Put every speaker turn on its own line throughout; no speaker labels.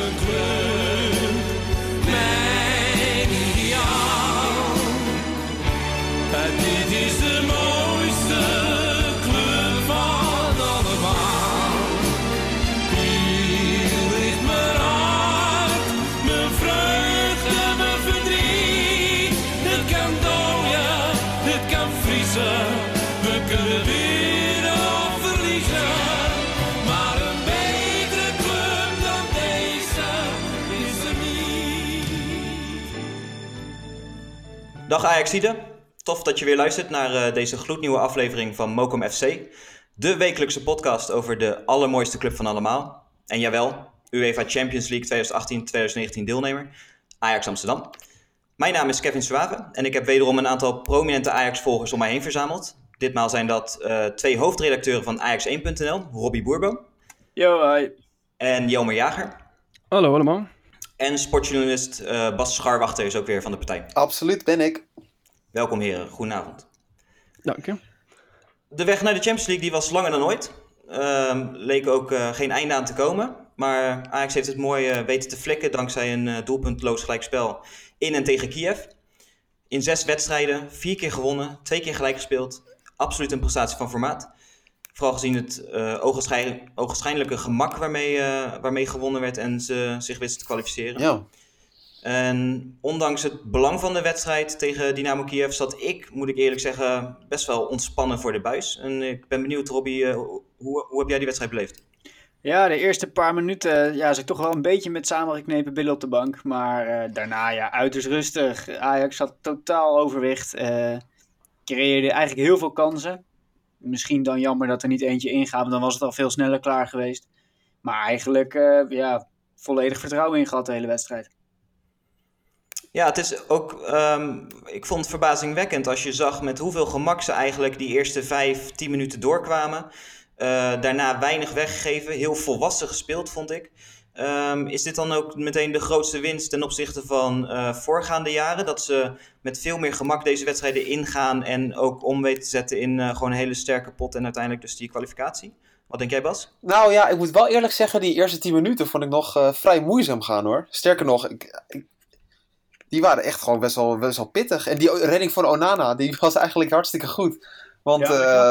mijn club, mijn ideaal. Dit is de mooiste club van allemaal. Hier ligt mijn hart, mijn vreugde, mijn verdriet. Het kan dooien, het kan vriezen, we kunnen winnen of verliezen. Maar een betere club dan deze is er niet.
Dag Ajaxiden, tof dat je weer luistert naar deze gloednieuwe aflevering van Mokum FC. De wekelijkse podcast over de allermooiste club van allemaal. En jawel, UEFA Champions League 2018-2019 deelnemer, Ajax Amsterdam. Mijn naam is Kevin Suave en ik heb wederom een aantal prominente Ajax-volgers om mij heen verzameld. Ditmaal zijn dat twee hoofdredacteuren van Ajax1.nl, Robbie Boerboom.
Yo, hi.
En Jelmer Jager.
Hallo allemaal.
En sportjournalist Bas Scharwachter is ook weer van de partij.
Absoluut, ben ik.
Welkom heren, goedenavond.
Dank je.
De weg naar de Champions League die was langer dan ooit. Leek ook geen einde aan te komen. Maar Ajax heeft het mooi weten te flikken dankzij een doelpuntloos gelijkspel in en tegen Kiev. In 6 wedstrijden, 4 keer gewonnen, 2 keer gelijk gespeeld. Absoluut een prestatie van formaat. Vooral gezien het ogenschijnlijke gemak waarmee gewonnen werd en ze zich wisten te kwalificeren.
Ja.
En ondanks het belang van de wedstrijd tegen Dynamo Kiev zat ik, moet ik eerlijk zeggen, best wel ontspannen voor de buis. En ik ben benieuwd, Robbie, hoe heb jij die wedstrijd beleefd?
Ja, de eerste paar minuten zat ik toch wel een beetje met samengeknepen billen op de bank. Maar daarna uiterst rustig. Ajax had totaal overwicht. Creëerde eigenlijk heel veel kansen. Misschien dan jammer dat er niet eentje ingaat, want dan was het al veel sneller klaar geweest. Maar eigenlijk volledig vertrouwen in gehad de hele wedstrijd.
Ja, het is ook, ik vond het verbazingwekkend als je zag met hoeveel gemak ze eigenlijk die eerste 5-10 minuten doorkwamen. Daarna weinig weggegeven, heel volwassen gespeeld vond ik. Is dit dan ook meteen de grootste winst ten opzichte van voorgaande jaren? Dat ze met veel meer gemak deze wedstrijden ingaan en ook om weten te zetten in gewoon een hele sterke pot en uiteindelijk dus die kwalificatie. Wat denk jij, Bas?
Nou ja, ik moet wel eerlijk zeggen, die eerste 10 minuten vond ik nog vrij moeizaam gaan hoor. Sterker nog, die waren echt gewoon best wel pittig. En die redding van Onana, die was eigenlijk hartstikke goed. Want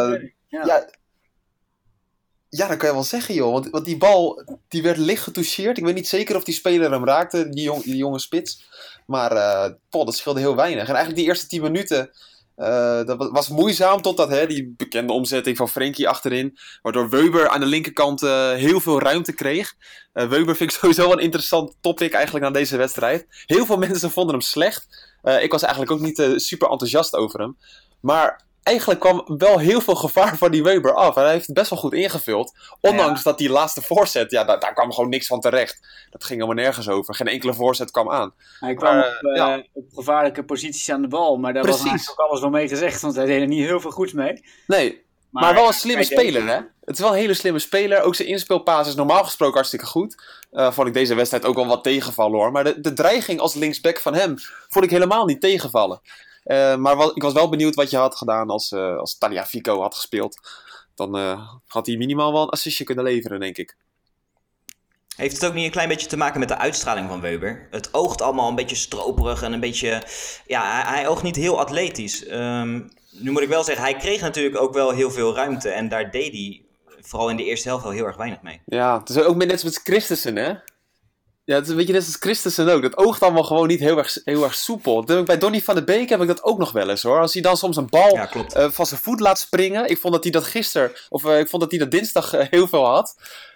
ja, dat kan je wel zeggen joh. Want die bal, die werd licht getoucheerd. Ik weet niet zeker of die speler hem raakte, die jonge spits. Maar dat scheelde heel weinig. En eigenlijk die eerste 10 minuten, dat was moeizaam totdat die bekende omzetting van Frenkie achterin. Waardoor Wöber aan de linkerkant heel veel ruimte kreeg. Wöber vind ik sowieso wel een interessant topic eigenlijk aan deze wedstrijd. Heel veel mensen vonden hem slecht. Ik was eigenlijk ook niet super enthousiast over hem. Maar eigenlijk kwam wel heel veel gevaar van die Wöber af. En hij heeft het best wel goed ingevuld. Ondanks dat die laatste voorzet, daar kwam gewoon niks van terecht. Dat ging helemaal nergens over. Geen enkele voorzet kwam aan.
Hij kwam op gevaarlijke posities aan de bal. Maar daar was eigenlijk ook alles wel mee gezegd. Want hij deed er niet heel veel goeds mee.
Nee, maar wel een slimme speler hè. Het is wel een hele slimme speler. Ook zijn inspeelpaas is normaal gesproken hartstikke goed. Vond ik deze wedstrijd ook wel wat tegenvallen hoor. Maar de dreiging als linksback van hem vond ik helemaal niet tegenvallen. Maar ik was wel benieuwd wat je had gedaan als Tagliafico had gespeeld. Dan had hij minimaal wel een assistje kunnen leveren, denk ik.
Heeft het ook niet een klein beetje te maken met de uitstraling van Wöber? Het oogt allemaal een beetje stroperig en een beetje... Ja, hij oogt niet heel atletisch. Nu moet ik wel zeggen, hij kreeg natuurlijk ook wel heel veel ruimte. En daar deed hij vooral in de eerste helft wel heel erg weinig mee.
Ja, het is ook net als met Christensen, hè? Ja, het is een beetje net als Christensen ook. Dat oogt allemaal gewoon niet heel erg soepel. Bij Donny van de Beek heb ik dat ook nog wel eens hoor. Als hij dan soms een bal van zijn voet laat springen. Ik vond dat hij dat ik vond dat hij dat dinsdag heel veel had.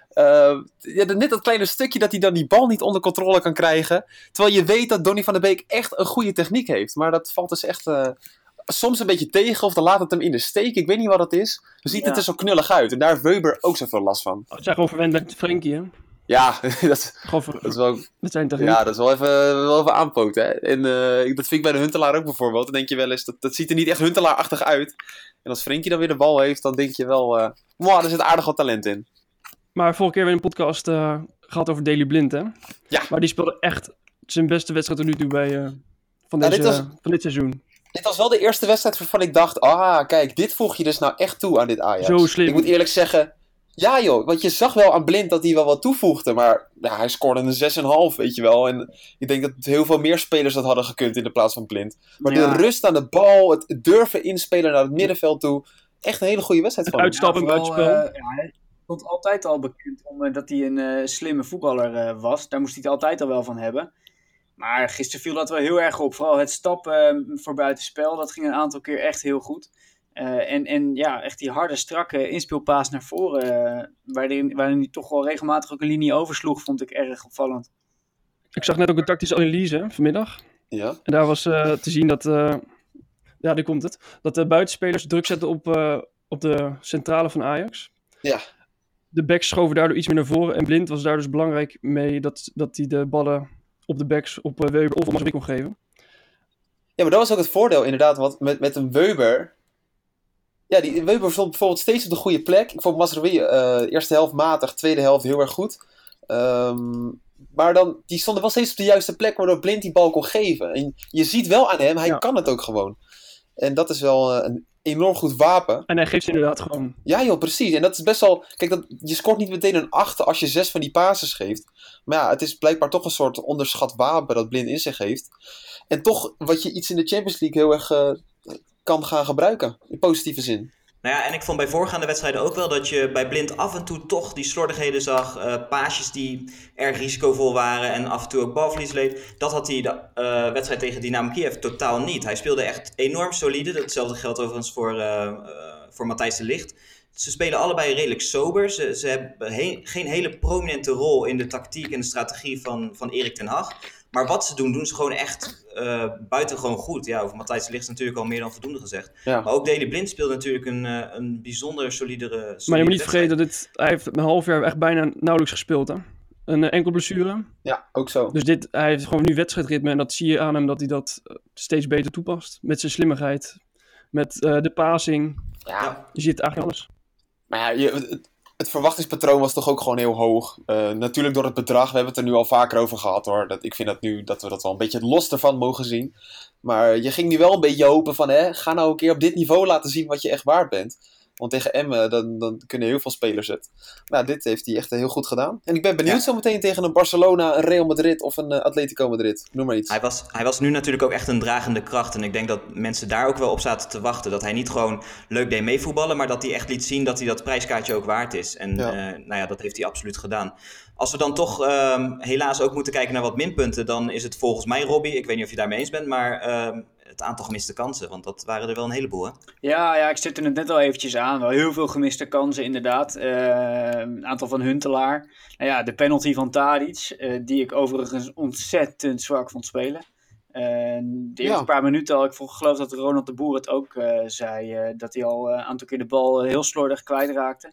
Net dat kleine stukje dat hij dan die bal niet onder controle kan krijgen. Terwijl je weet dat Donny van de Beek echt een goede techniek heeft. Maar dat valt dus echt soms een beetje tegen. Of dan laat het hem in de steek. Ik weet niet wat het is. Dan ziet het er zo knullig uit. En daar heeft Wöber ook zoveel last van.
Het zijn gewoon verwend met Frenkie hè?
Ja, dat is wel...
Met zijn techniek.
Ja, dat is wel even aanpoten. Hè? En dat vind ik bij de Huntelaar ook bijvoorbeeld. Dan denk je wel eens, dat ziet er niet echt Huntelaar-achtig uit. En als Frenkie dan weer de bal heeft, dan denk je wel... er zit aardig wat talent in.
Maar vorige keer weer een podcast gehad over Daley Blind, hè?
Ja.
Maar die speelde echt zijn beste wedstrijd tot nu toe van dit seizoen.
Dit was wel de eerste wedstrijd waarvan ik dacht... kijk, dit voeg je dus nou echt toe aan dit Ajax.
Zo slim.
Ik moet eerlijk zeggen... Ja joh, want je zag wel aan Blind dat hij wel wat toevoegde. Maar ja, hij scoorde een 6,5, weet je wel. En ik denk dat heel veel meer spelers dat hadden gekund in de plaats van Blind. Maar
Ja.
de rust aan de bal, het durven inspelen naar het middenveld toe. Echt een hele goede wedstrijd van hem.
Uitstappen,
vooral,
buitenspel.
hij stond altijd al bekend dat hij een slimme voetballer was. Daar moest hij het altijd al wel van hebben. Maar gisteren viel dat wel heel erg op. Vooral het stappen voor buitenspel, dat ging een aantal keer echt heel goed. En ja, echt die harde, strakke inspeelpaas naar voren, waarin hij toch wel regelmatig ook een linie oversloeg, vond ik erg opvallend.
Ik zag net ook een tactische analyse vanmiddag.
Ja.
En daar was te zien dat, ja, daar komt het, dat de buitenspelers druk zetten op de centrale van Ajax.
Ja.
De backs schoven daardoor iets meer naar voren. En Blind was daar dus belangrijk mee dat hij de ballen op de backs op Weber of Mazraoui kon geven.
Ja, maar dat was ook het voordeel inderdaad, want met een Weber... Ja, die Weber stond bijvoorbeeld steeds op de goede plek. Ik vond Mazraoui eerste helft matig, tweede helft heel erg goed. Maar dan, die stonden wel steeds op de juiste plek, waardoor Blind die bal kon geven. En je ziet wel aan hem, hij kan het ook gewoon. En dat is wel een enorm goed wapen.
En hij geeft ze inderdaad gewoon.
Ja joh, precies. En dat is best wel... Kijk, je scoort niet meteen een 8 als je 6 van die passes geeft. Maar ja, het is blijkbaar toch een soort onderschat wapen dat Blind in zich heeft. En toch wat je iets in de Champions League heel erg kan gaan gebruiken. In positieve zin.
Nou ja, en ik vond bij voorgaande wedstrijden ook wel dat je bij Blind af en toe toch die slordigheden zag. Paasjes die erg risicovol waren en af en toe ook balverlies leed. Dat had hij de wedstrijd tegen Dynamo Kiev totaal niet. Hij speelde echt enorm solide. Hetzelfde geldt overigens voor Matthijs de Ligt. Ze spelen allebei redelijk sober. Ze hebben geen hele prominente rol in de tactiek en de strategie van Erik ten Hag. Maar wat ze doen ze gewoon echt buitengewoon goed. Ja, over Matthijs de Ligt is natuurlijk al meer dan voldoende gezegd.
Ja.
Maar ook Daley Blind speelde natuurlijk een bijzonder solidere
Maar je moet niet vergeten dat hij heeft een half jaar echt bijna nauwelijks gespeeld. Hè? Een enkel blessure.
Ja, ook zo.
Dus hij heeft gewoon nu wedstrijdritme. En dat zie je aan hem dat hij dat steeds beter toepast. Met zijn slimmigheid. Met de passing.
Ja.
Je ziet het eigenlijk alles.
Maar ja, het verwachtingspatroon was toch ook gewoon heel hoog. Natuurlijk door het bedrag, we hebben het er nu al vaker over gehad hoor. Ik vind dat nu dat we dat wel een beetje het los ervan mogen zien. Maar je ging nu wel een beetje hopen van, ga nou een keer op dit niveau laten zien wat je echt waard bent. Want tegen Emmen, dan kunnen heel veel spelers het. Nou, dit heeft hij echt heel goed gedaan. En ik ben benieuwd zo meteen tegen een Barcelona, een Real Madrid of een Atletico Madrid. Noem maar iets.
Hij was nu natuurlijk ook echt een dragende kracht. En ik denk dat mensen daar ook wel op zaten te wachten. Dat hij niet gewoon leuk deed meevoetballen, maar dat hij echt liet zien dat hij dat prijskaartje ook waard is. En nou ja, dat heeft hij absoluut gedaan. Als we dan toch helaas ook moeten kijken naar wat minpunten, dan is het volgens mij, Robbie, ik weet niet of je daarmee eens bent, maar het aantal gemiste kansen. Want dat waren er wel een heleboel, hè?
Ja, ik zette het net al eventjes aan. Wel heel veel gemiste kansen, inderdaad. Een aantal van Huntelaar. Nou ja, de penalty van Tadic, die ik overigens ontzettend zwak vond spelen. De eerste paar minuten al, ik geloof dat Ronald de Boer het ook zei, dat hij al een aantal keer de bal heel slordig kwijtraakte.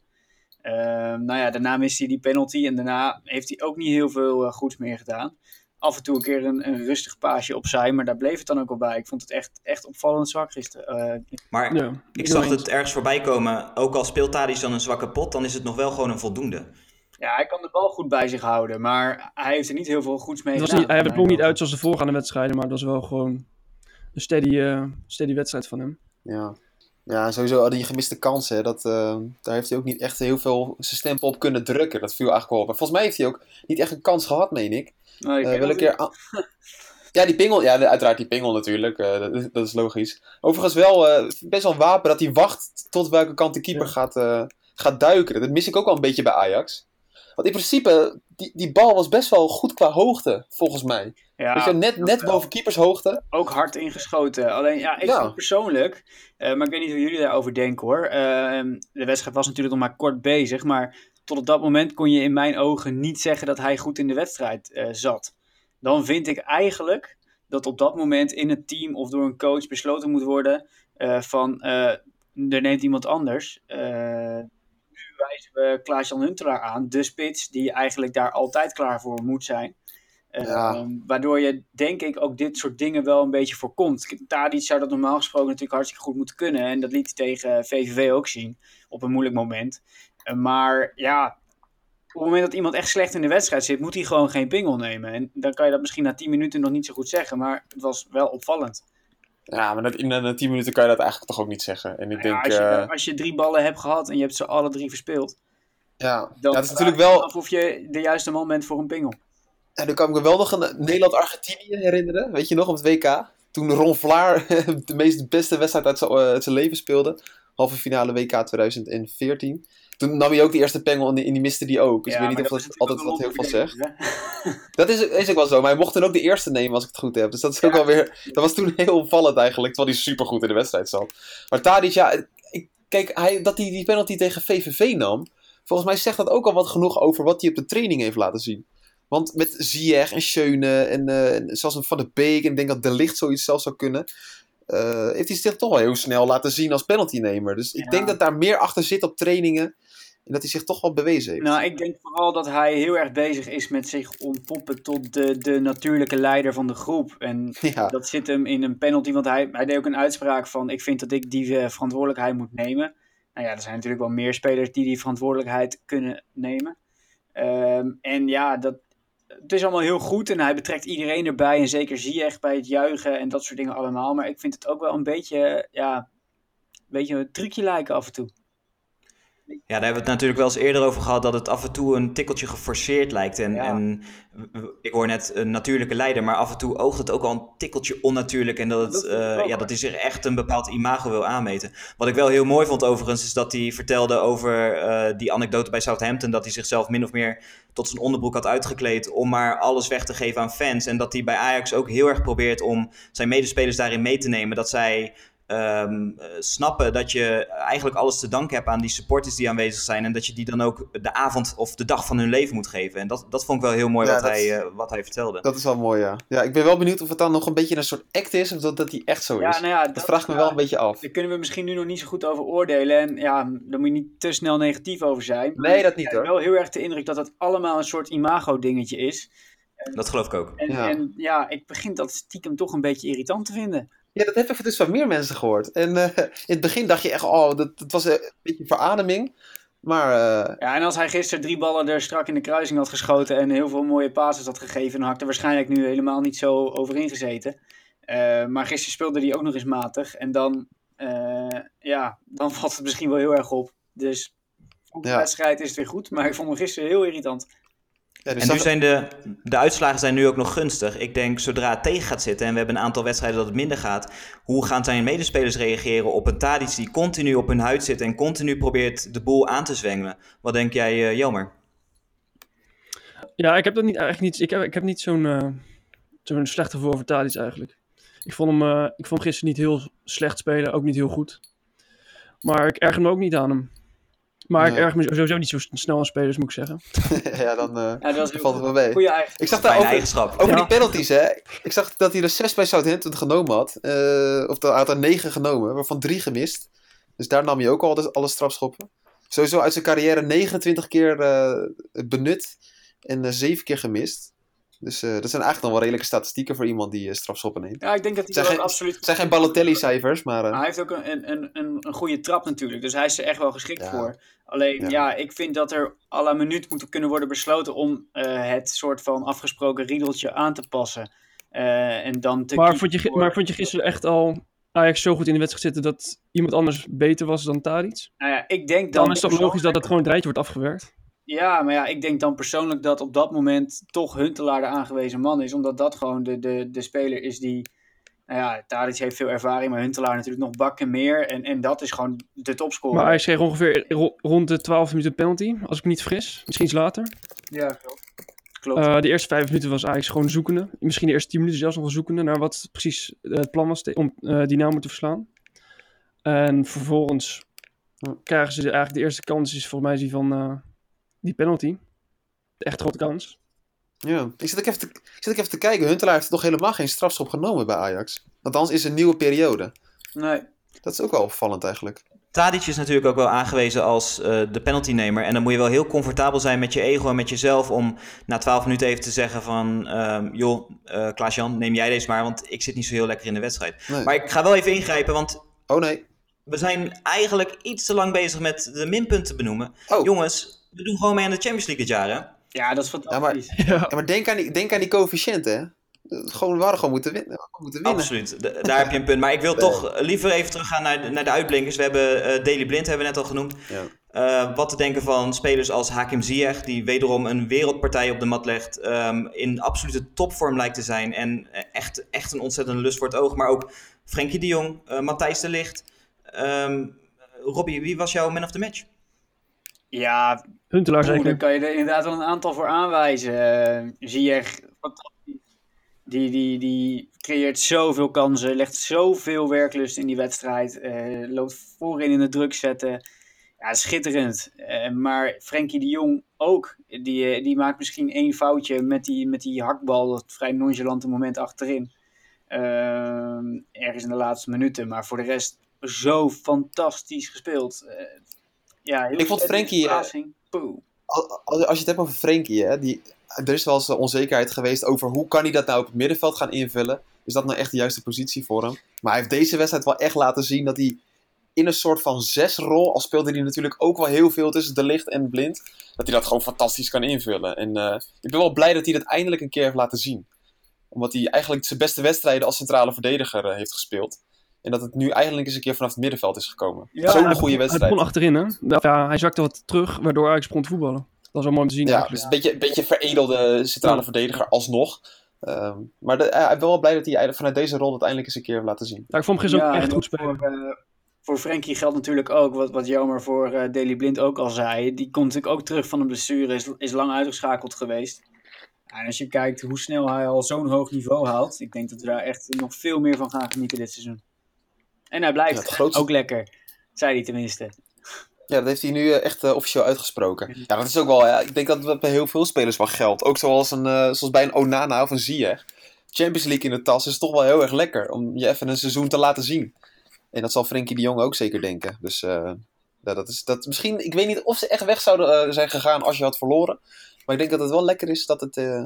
Nou ja, daarna miste hij die penalty en daarna heeft hij ook niet heel veel goeds meer gedaan. Af en toe een keer een rustig paasje opzij, maar daar bleef het dan ook al bij. Ik vond het echt opvallend zwak gisteren.
Maar
Ja,
ik zag het ergens voorbij komen, ook al speelt Tadic dan een zwakke pot, dan is het nog wel gewoon een voldoende.
Ja, hij kan de bal goed bij zich houden, maar hij heeft er niet heel veel goeds mee gedaan.
Hij blonk niet uit zoals de voorgaande wedstrijden, maar het was wel gewoon een steady wedstrijd van hem.
Ja, sowieso al die gemiste kansen, daar heeft hij ook niet echt heel veel zijn stempel op kunnen drukken. Dat viel eigenlijk wel op. Maar volgens mij heeft hij ook niet echt een kans gehad, meen ik. Wel een keer... Ja, die pingel. Ja, uiteraard die pingel natuurlijk. Dat is logisch. Overigens wel best wel een wapen dat hij wacht tot welke kant de keeper gaat duiken. Dat mis ik ook wel een beetje bij Ajax. Want in principe, die bal was best wel goed qua hoogte, volgens mij.
Ja,
weet je, net boven keepershoogte.
Ook hard ingeschoten. Alleen, ja, ik vind persoonlijk, maar ik weet niet hoe jullie daarover denken hoor. De wedstrijd was natuurlijk nog maar kort bezig, maar tot op dat moment kon je in mijn ogen niet zeggen dat hij goed in de wedstrijd zat. Dan vind ik eigenlijk dat op dat moment in het team of door een coach besloten moet worden van er neemt iemand anders. Nu wijzen we Klaas-Jan Huntelaar aan, de spits die eigenlijk daar altijd klaar voor moet zijn. Waardoor je, denk ik, ook dit soort dingen wel een beetje voorkomt. Tadic zou dat normaal gesproken natuurlijk hartstikke goed moeten kunnen. En dat liet hij tegen VVV ook zien, op een moeilijk moment. Maar ja, op het moment dat iemand echt slecht in de wedstrijd zit, moet hij gewoon geen pingel nemen. En dan kan je dat misschien na 10 minuten nog niet zo goed zeggen, maar het was wel opvallend.
Ja, maar na 10 minuten kan je dat eigenlijk toch ook niet zeggen. En ik denk,
als je 3 ballen hebt gehad en je hebt ze alle 3 verspeeld.
Ja,
Dan
het is natuurlijk wel...
af of je de juiste man bent voor een pingel.
En dan kan ik me wel nog een Nederland-Argentinië herinneren. Weet je nog, op het WK? Toen Ron Vlaar de beste wedstrijd uit zijn leven speelde. Halve finale WK 2014. Toen nam hij ook die eerste pengel en die miste die ook. Dus ik weet niet of dat altijd wat heel veel zegt. Dat is ook wel zo. Maar hij mocht toen ook de eerste nemen als ik het goed heb. Dus dat is ook wel weer... Dat was toen heel opvallend eigenlijk. Terwijl hij supergoed in de wedstrijd zat. Maar Tadic, kijk, dat hij die penalty tegen VVV nam... Volgens mij zegt dat ook al wat genoeg over wat hij op de training heeft laten zien. Want met Ziyech en Schöne en zelfs een Van de Beek... en ik denk dat De Ligt zoiets zelfs zou kunnen... heeft hij zich toch wel heel snel laten zien als penaltynemer. Dus ik denk dat daar meer achter zit op trainingen... en dat hij zich toch wel bewezen heeft.
Nou, ik denk vooral dat hij heel erg bezig is met zich ontpoppen... tot de natuurlijke leider van de groep. En dat zit hem in een penalty... want hij deed ook een uitspraak van... ik vind dat ik die verantwoordelijkheid moet nemen... Nou ja, er zijn natuurlijk wel meer spelers die verantwoordelijkheid kunnen nemen. En ja, het is allemaal heel goed en hij betrekt iedereen erbij. En zeker Ziyech bij het juichen en dat soort dingen allemaal. Maar ik vind het ook wel een beetje een trucje lijken af en toe.
Ja, daar hebben we het natuurlijk wel eens eerder over gehad... dat het af en toe een tikkeltje geforceerd lijkt. En ik hoor net een natuurlijke leider... maar af en toe oogt het ook al een tikkeltje onnatuurlijk... en dat hij zich echt een bepaald imago wil aanmeten. Wat ik wel heel mooi vond overigens... is dat hij vertelde over die anekdote bij Southampton... dat hij zichzelf min of meer tot zijn onderbroek had uitgekleed... om maar alles weg te geven aan fans. En dat hij bij Ajax ook heel erg probeert... om zijn medespelers daarin mee te nemen. Dat zij... snappen dat je eigenlijk alles te danken hebt aan die supporters die aanwezig zijn en dat je die dan ook de avond of de dag van hun leven moet geven. En dat vond ik wel heel mooi wat hij vertelde.
Dat is wel mooi, ja. Ja, ik ben wel benieuwd of het dan nog een beetje een soort act is of dat die echt zo is. Dat vraagt me wel een beetje af.
Daar kunnen we misschien nu nog niet zo goed over oordelen en ja, daar moet je niet te snel negatief over zijn.
Nee, dat niet hoor.
Ik heb wel heel erg de indruk dat het allemaal een soort imago dingetje is.
Dat geloof ik ook.
En ik begin dat stiekem toch een beetje irritant te vinden.
Ja, dat heb ik dus van meer mensen gehoord. En in het begin dacht je echt, dat was een beetje verademing. Maar...
Ja, en als hij gisteren 3 ballen er strak in de kruising had geschoten en heel veel mooie passes had gegeven, dan had ik er waarschijnlijk nu helemaal niet zo over ingezeten. Maar gisteren speelde hij ook nog eens matig. En dan valt het misschien wel heel erg op. Dus voor de wedstrijd is het weer goed. Maar ik vond hem gisteren heel irritant.
Ja, dus en nu zijn de uitslagen zijn nu ook nog gunstig. Ik denk, zodra het tegen gaat zitten... en we hebben een aantal wedstrijden dat het minder gaat... hoe gaan zijn medespelers reageren op een Tadic die continu op hun huid zit... en continu probeert de boel aan te zwengelen? Wat denk jij, Jelmer?
Ja, ik heb dat eigenlijk niet... Ik heb niet zo'n slecht gevoel over Tadic eigenlijk. Ik vond hem gisteren niet heel slecht spelen, ook niet heel goed. Maar ik erger me ook niet aan hem. Maar ik erg me sowieso niet zo snel aan spelers, moet ik zeggen.
Ja, dan valt het wel mee. Ik zag
daar over
die penalties, hè. Ik zag dat hij er 6 bij Southampton genomen had. Of hij had er 9 genomen, waarvan 3 gemist. Dus daar nam hij ook al alle strafschoppen. Sowieso uit zijn carrière 29 keer benut en 7 keer gemist. Dus dat zijn eigenlijk nog wel redelijke statistieken voor iemand die strafschoppen neemt.
Ja, ik denk dat hij absoluut...
Het zijn geen Balotelli-cijfers, maar...
Hij heeft ook een goede trap natuurlijk, dus hij is er echt wel geschikt voor. Alleen, ik vind dat er à la minuut moet kunnen worden besloten om het soort van afgesproken riedeltje aan te passen. En dan te
vond je gisteren echt al Ajax zo goed in de wedstrijd zitten dat iemand anders beter was dan Tadic?
Nou ja, ik denk
dan is het toch logisch dat het gewoon het rijtje wordt afgewerkt?
Ja, maar ja, ik denk dan persoonlijk dat op dat moment toch Huntelaar de aangewezen man is. Omdat dat gewoon de speler is die... Nou ja, Tadic heeft veel ervaring, maar Huntelaar natuurlijk nog bakken meer. En dat is gewoon de topscorer.
Maar hij kreeg ongeveer rond de 12 minuten penalty, als ik me niet vergis. Misschien iets later.
Ja, klopt.
De eerste 5 minuten was Ajax gewoon zoekende. Misschien de eerste 10 minuten zelfs nog wel zoekende naar wat precies het plan was om die naam te verslaan. En vervolgens krijgen ze eigenlijk de eerste kans, is volgens mij die van... die penalty. Echt grote kans.
Ja, ik zit ook even te kijken. Huntelaar heeft nog helemaal geen strafschop genomen bij Ajax. Althans is een nieuwe periode.
Nee.
Dat is ook wel opvallend eigenlijk.
Tadic is natuurlijk ook wel aangewezen als de penaltynemer. En dan moet je wel heel comfortabel zijn met je ego en met jezelf... om na 12 minuten even te zeggen van... Klaas-Jan, neem jij deze maar, want ik zit niet zo heel lekker in de wedstrijd. Nee. Maar ik ga wel even ingrijpen, want...
Oh nee.
We zijn eigenlijk iets te lang bezig met de minpunten benoemen. Oh. Jongens, we doen gewoon mee aan de Champions League dit jaar, hè?
Ja, dat is fantastisch.
Ja, maar denk aan die coëfficiënten, hè? We hadden gewoon moeten winnen.
Absoluut, daar heb je een punt. Maar ik wil toch liever even teruggaan naar de uitblinkers. We hebben Daley Blind, hebben we net al genoemd. Wat te denken van spelers als Hakim Ziyech, die wederom een wereldpartij op de mat legt. In absolute topvorm lijkt te zijn. En echt een ontzettende lust voor het oog. Maar ook Frenkie de Jong, Matthijs de Ligt. Robbie, wie was jouw man of the match?
Ja,
Huntelaar
daar
zeker.
kan je er inderdaad wel een aantal voor aanwijzen. Ziyech, fantastisch. Die creëert zoveel kansen, legt zoveel werklust in die wedstrijd. Loopt voorin in de druk zetten. Ja, schitterend. Maar Frenkie de Jong ook. Die maakt misschien 1 foutje met die hakbal. Dat vrij nonchalante moment achterin. Ergens in de laatste minuten. Maar voor de rest zo fantastisch gespeeld. Heel
Ik vond Frenkie, als je het hebt over Frenkie, hè, er is wel eens onzekerheid geweest over hoe kan hij dat nou op het middenveld gaan invullen. Is dat nou echt de juiste positie voor hem? Maar hij heeft deze wedstrijd wel echt laten zien dat hij in een soort van 6-rol, al speelde hij natuurlijk ook wel heel veel tussen De Ligt en Blind, dat hij dat gewoon fantastisch kan invullen. En ik ben wel blij dat hij dat eindelijk een keer heeft laten zien. Omdat hij eigenlijk zijn beste wedstrijden als centrale verdediger heeft gespeeld. En dat het nu eindelijk eens een keer vanaf het middenveld is gekomen.
Ja,
Zo'n goede
Hij
wedstrijd.
begon achterin, hè? Ja, hij zakte wat terug, waardoor Ajax begon te voetballen. Dat is wel mooi om te zien.
Ja,
eigenlijk.
dus een beetje veredelde centrale verdediger alsnog. Maar ik ben wel blij dat hij vanuit deze rol het eindelijk eens een keer heeft laten zien.
Ja, ik vond hem gisteren ook
en
echt
ook
goed spelen.
Voor Frenkie geldt natuurlijk ook, wat Jomer voor Daley Blind ook al zei. Die komt natuurlijk ook terug van een blessure, is lang uitgeschakeld geweest. Ja, en als je kijkt hoe snel hij al zo'n hoog niveau haalt, ik denk dat we daar echt nog veel meer van gaan genieten dit seizoen. En hij blijft
het grootste-
ook lekker, zei hij tenminste.
Ja, dat heeft hij nu echt officieel uitgesproken. Ja, dat is ook wel, ik denk dat dat bij heel veel spelers wel geldt. Ook zoals bij een Onana of een Ziyech. Champions League in de tas is toch wel heel erg lekker om je even een seizoen te laten zien. En dat zal Frenkie de Jong ook zeker denken. Dus dat misschien, ik weet niet of ze echt weg zouden zijn gegaan als je had verloren. Maar ik denk dat het wel lekker is dat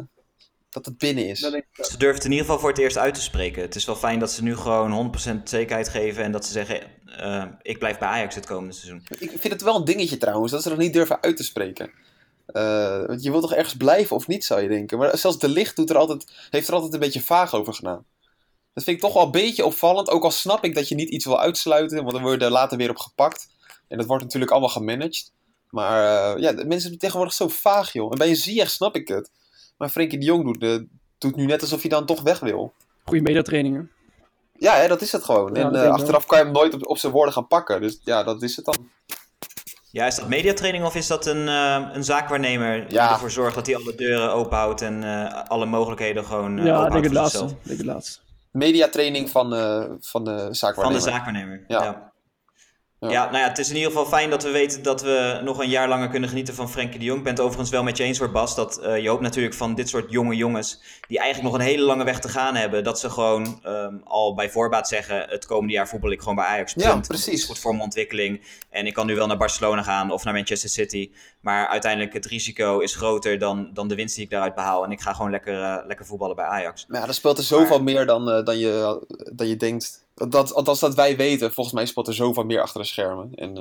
het binnen is.
Dat denk ik ook.
Ze durven het in ieder geval voor het eerst uit te spreken. Het is wel fijn dat ze nu gewoon 100% zekerheid geven. En dat ze zeggen, ik blijf bij Ajax het komende seizoen.
Ik vind het wel een dingetje trouwens, dat ze nog niet durven uit te spreken. Want je wilt toch ergens blijven of niet, zou je denken. Maar zelfs De Ligt heeft er altijd een beetje vaag over gedaan. Dat vind ik toch wel een beetje opvallend. Ook al snap ik dat je niet iets wil uitsluiten, want dan word je er later weer op gepakt. En dat wordt natuurlijk allemaal gemanaged. Maar de mensen zijn tegenwoordig zo vaag, joh. En bij een Ziyech snap ik het. Maar Frenkie de Jong doet nu net alsof hij dan toch weg wil.
Goede mediatrainingen.
Ja, hè, dat is het gewoon.
Ja,
en
dat denk ik
achteraf kan je hem nooit op zijn woorden gaan pakken. Dus ja, dat is het dan.
Ja, is dat mediatraining of is dat een zaakwaarnemer die
Ja.
ervoor zorgt dat hij alle deuren openhoudt en alle mogelijkheden gewoon
Ja, ik
openhoudt
denk het
voor
laatste.
zichzelf?
Ik denk het laatste.
Mediatraining van de
Van
zaakwaarnemer.
de zaakwaarnemer.
Ja.
Ja.
Ja.
Ja, nou ja, het is in ieder geval fijn dat we weten dat we nog een jaar langer kunnen genieten van Frenkie de Jong. Ik ben het overigens wel met je eens hoor, Bas, dat je hoopt natuurlijk van dit soort jonge jongens, die eigenlijk nog een hele lange weg te gaan hebben, dat ze gewoon al bij voorbaat zeggen, het komende jaar voetbal ik gewoon bij Ajax.
Ja,
Punt.
precies.
Het is goed voor mijn ontwikkeling en ik kan nu wel naar Barcelona gaan of naar Manchester City, maar uiteindelijk het risico is groter dan de winst die ik daaruit behaal en ik ga gewoon lekker voetballen bij Ajax.
Maar ja, dan speelt er zoveel meer dan je denkt. Althans dat wij weten. Volgens mij speelt er zoveel meer achter de schermen. En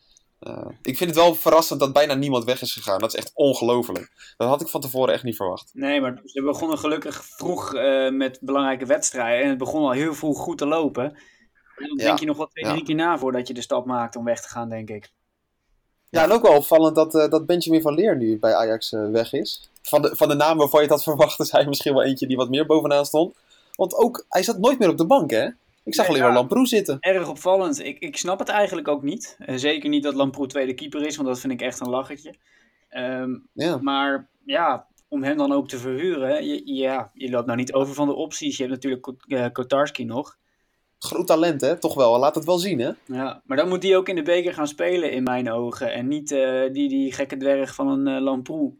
ik vind het wel verrassend dat bijna niemand weg is gegaan. Dat is echt ongelooflijk. Dat had ik van tevoren echt niet verwacht.
Nee, maar ze begonnen gelukkig vroeg met belangrijke wedstrijden. En het begon al heel vroeg goed te lopen. En dan denk je nog wel 2-3 keer na voordat je de stap maakt om weg te gaan, denk ik.
Ja, en ook wel opvallend dat Benjamin van Leer nu bij Ajax weg is. Van de naam waarvan je het had verwacht, is hij misschien wel eentje die wat meer bovenaan stond. Want ook, hij zat nooit meer op de bank, hè? Ik zag alleen maar Lamproe zitten.
Erg opvallend. Ik snap het eigenlijk ook niet. Zeker niet dat Lamproe tweede keeper is, want dat vind ik echt een lachertje.
Ja.
Maar ja, om hem dan ook te verhuren, je loopt nou niet over van de opties. Je hebt natuurlijk Kotarski nog.
Groot talent, hè? Toch wel. Laat het wel zien, hè?
Ja, maar dan moet hij ook in de beker gaan spelen in mijn ogen. En niet die gekke dwerg van een Lamproe.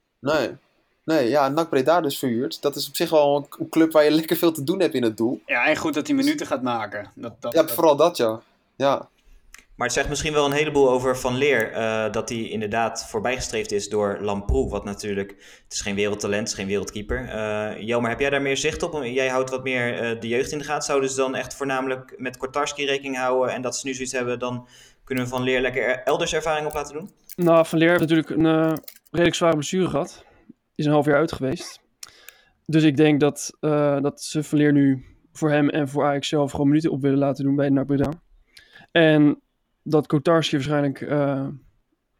Nee, ja, NAC Breda dus verhuurd. Dat is op zich wel een club waar je lekker veel te doen hebt in het doel.
Ja, en goed dat hij minuten gaat maken.
Ja, vooral dat, ja. Ja.
Maar het zegt misschien wel een heleboel over Van Leer, dat hij inderdaad voorbijgestreefd is door Lamproe, wat natuurlijk, het is geen wereldtalent, het is geen wereldkeeper. Jelmer, heb jij daar meer zicht op? Jij houdt wat meer de jeugd in de gaten. Zouden ze dan echt voornamelijk met Kotarski rekening houden en dat ze nu zoiets hebben, dan kunnen we Van Leer lekker elders ervaring op laten doen?
Nou, Van Leer heeft natuurlijk een redelijk zware blessure gehad. Is een half jaar uit geweest. Dus ik denk dat ze Van Leer nu voor hem en voor Ajax zelf gewoon minuten op willen laten doen bij NAC Breda. En dat Kotarski waarschijnlijk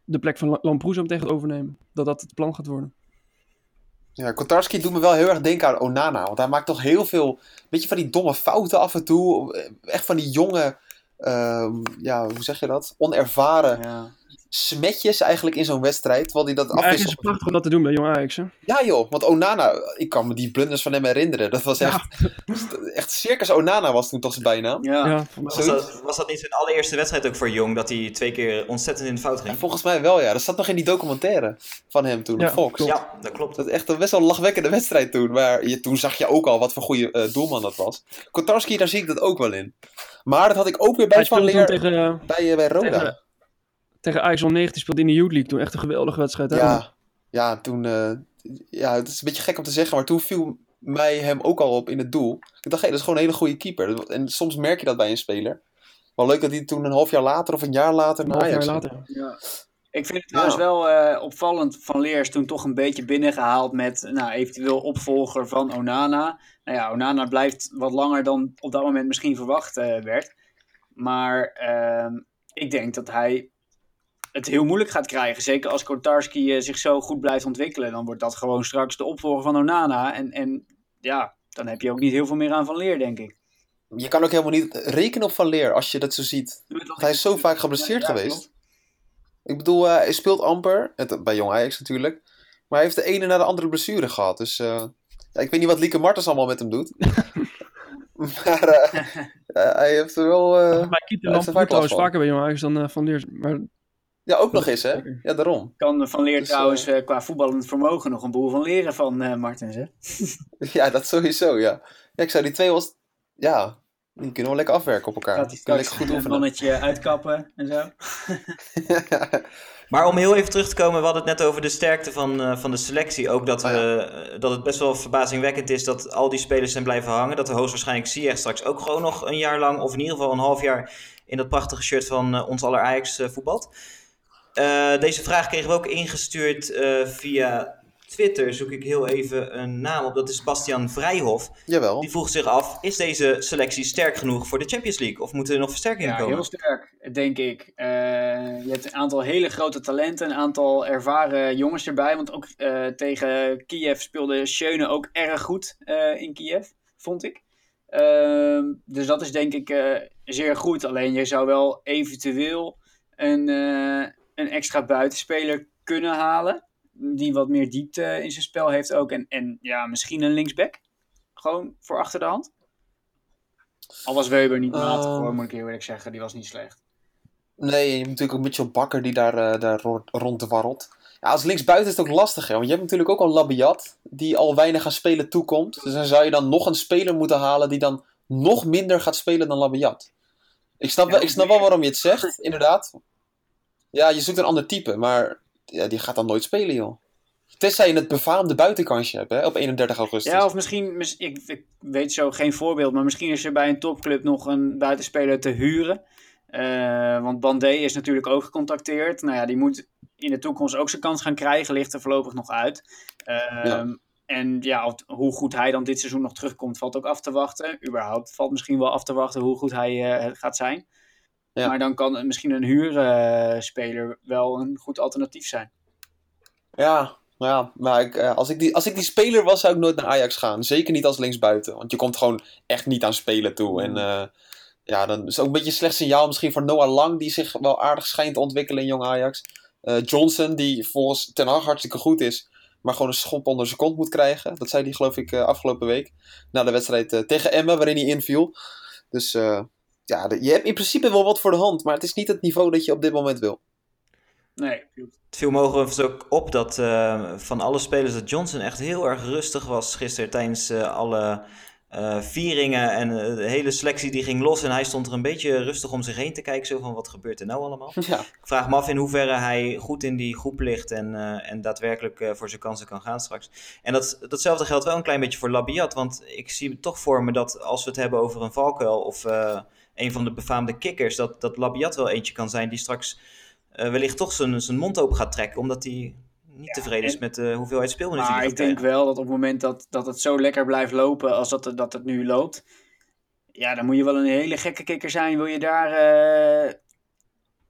de plek van Lamproes om tegen het overnemen. Dat het plan gaat worden.
Ja, Kotarski doet me wel heel erg denken aan Onana. Want hij maakt toch heel veel, beetje van die domme fouten af en toe. Echt van die jonge, hoe zeg je dat? Onervaren smetjes eigenlijk in zo'n wedstrijd. Terwijl hij dat
Maar eigenlijk is het prachtig om dat te doen bij Jong Ajax, hè?
Ja joh, want Onana, ik kan me die blunders van hem herinneren. Dat was echt Circus Onana was toen toch zijn bijnaam.
Ja.
Was dat niet zijn allereerste wedstrijd ook voor Jong, dat hij 2 keer ontzettend in de fout ging?
Ja, volgens mij wel, ja. Dat zat nog in die documentaire van hem toen, op Fox.
Klopt. Ja, dat klopt.
Dat is echt een best wel een lachwekkende wedstrijd toen. Maar toen zag je ook al wat voor goede doelman dat was. Kotarski, daar zie ik dat ook wel in. Maar dat had ik ook weer bij Van Leer bij Roda.
Tegen Ajax 19 speelde in de Youth League toen. Echt een geweldige wedstrijd.
Ja, toen... het is een beetje gek om te zeggen, maar toen viel mij hem ook al op in het doel. Ik dacht, dat is gewoon een hele goede keeper. En soms merk je dat bij een speler. Wel leuk dat hij toen een half jaar later of een jaar later naar Ajax ging.
Ja. Ik vind het trouwens wel opvallend. Van Leer is toen toch een beetje binnengehaald met eventueel opvolger van Onana. Nou ja, Onana blijft wat langer dan op dat moment misschien verwacht werd. Maar ik denk dat hij het heel moeilijk gaat krijgen. Zeker als Kotarski zich zo goed blijft ontwikkelen. Dan wordt dat gewoon straks de opvolger van Onana. En dan heb je ook niet heel veel meer aan Van Leer, denk ik.
Je kan ook helemaal niet rekenen op Van Leer als je dat zo ziet. Want hij is zo vaak geblesseerd geweest. Klopt. Ik bedoel, hij speelt amper. Bij Jong Ajax natuurlijk. Maar hij heeft de ene na de andere blessure gehad. Dus ik weet niet wat Lieke Martens allemaal met hem doet. Maar hij heeft er wel...
maar Kieter Lamproes trouwens vaker bij Jong Ajax dan Van Leer. Maar...
Ja, ook nog eens, hè? Ja, daarom.
Kan Van Leer trouwens qua voetballend vermogen nog een boel van leren van Martens, hè?
Ja, dat sowieso, ja. Ja, ik zou die twee was... Ja, die kunnen wel lekker afwerken op elkaar.
Gaat hij straks goed een mannetje uitkappen en zo.
Maar om heel even terug te komen, we hadden het net over de sterkte van de selectie. Ook dat het best wel verbazingwekkend is dat al die spelers zijn blijven hangen. Dat we hoogstwaarschijnlijk Ziyech straks ook gewoon nog een jaar lang, of in ieder geval een half jaar, in dat prachtige shirt van ons aller Ajax voetbalt. Deze vraag kregen we ook ingestuurd via Twitter. Zoek ik heel even een naam op. Dat is Bastiaan Vrijhof.
Jawel.
Die vroeg zich af, is deze selectie sterk genoeg voor de Champions League? Of moeten er nog versterkingen komen?
Ja, heel sterk, denk ik. Je hebt een aantal hele grote talenten. Een aantal ervaren jongens erbij. Want ook tegen Kiev speelde Schöne ook erg goed in Kiev, vond ik. Dus dat is denk ik zeer goed. Alleen je zou wel eventueel een extra buitenspeler kunnen halen. Die wat meer diepte in zijn spel heeft ook. En misschien een linksback. Gewoon voor achter de hand. Al was Weber niet matig hoor, moet ik eerlijk zeggen. Die was niet slecht.
Nee, je hebt natuurlijk ook Mitchell Bakker die daar ronddwarrelt. Ja, als linksbuiten is het ook lastig, hè. Want je hebt natuurlijk ook al Labiat, die al weinig aan spelen toekomt. Dus dan zou je dan nog een speler moeten halen die dan nog minder gaat spelen dan Labiat. Ik snap wel waarom je het zegt, inderdaad. Ja, je zoekt een ander type, maar ja, die gaat dan nooit spelen, joh. Tenzij je het befaamde buitenkansje hebt, hè, op 31 augustus.
Ja, of misschien, ik weet zo geen voorbeeld, maar misschien is er bij een topclub nog een buitenspeler te huren. Want Bandé is natuurlijk ook gecontacteerd. Nou ja, die moet in de toekomst ook zijn kans gaan krijgen, ligt er voorlopig nog uit. En ja, hoe goed hij dan dit seizoen nog terugkomt, valt ook af te wachten. Überhaupt valt misschien wel af te wachten hoe goed hij gaat zijn. Ja. Maar dan kan misschien een huurspeler wel een goed alternatief zijn.
Ja, maar als ik die speler was, zou ik nooit naar Ajax gaan. Zeker niet als linksbuiten. Want je komt gewoon echt niet aan spelen toe. En dan is het ook een beetje een slecht signaal misschien voor Noah Lang, die zich wel aardig schijnt te ontwikkelen in Jong Ajax. Johnson, die volgens Ten Hag hartstikke goed is, maar gewoon een schop onder zijn kont moet krijgen. Dat zei hij geloof ik afgelopen week. Na de wedstrijd tegen Emmen, waarin hij inviel. Dus je hebt in principe wel wat voor de hand, maar het is niet het niveau dat je op dit moment wil.
Nee.
Het viel mogelijk ook op dat van alle spelers dat Johnson echt heel erg rustig was gisteren tijdens alle vieringen en de hele selectie die ging los en hij stond er een beetje rustig om zich heen te kijken, zo van wat gebeurt er nou allemaal.
Ja.
Ik vraag me af in hoeverre hij goed in die groep ligt en daadwerkelijk voor zijn kansen kan gaan straks. En datzelfde geldt wel een klein beetje voor Labiat, want ik zie het toch voor me dat als we het hebben over een valkuil of een van de befaamde kikkers, dat Labiat wel eentje kan zijn die straks wellicht toch zijn mond open gaat trekken, omdat hij niet tevreden is met de hoeveelheid speelminuten.
Maar ik denk wel dat op het moment dat het zo lekker blijft lopen als dat het nu loopt, ja, dan moet je wel een hele gekke kikker zijn. Wil je daar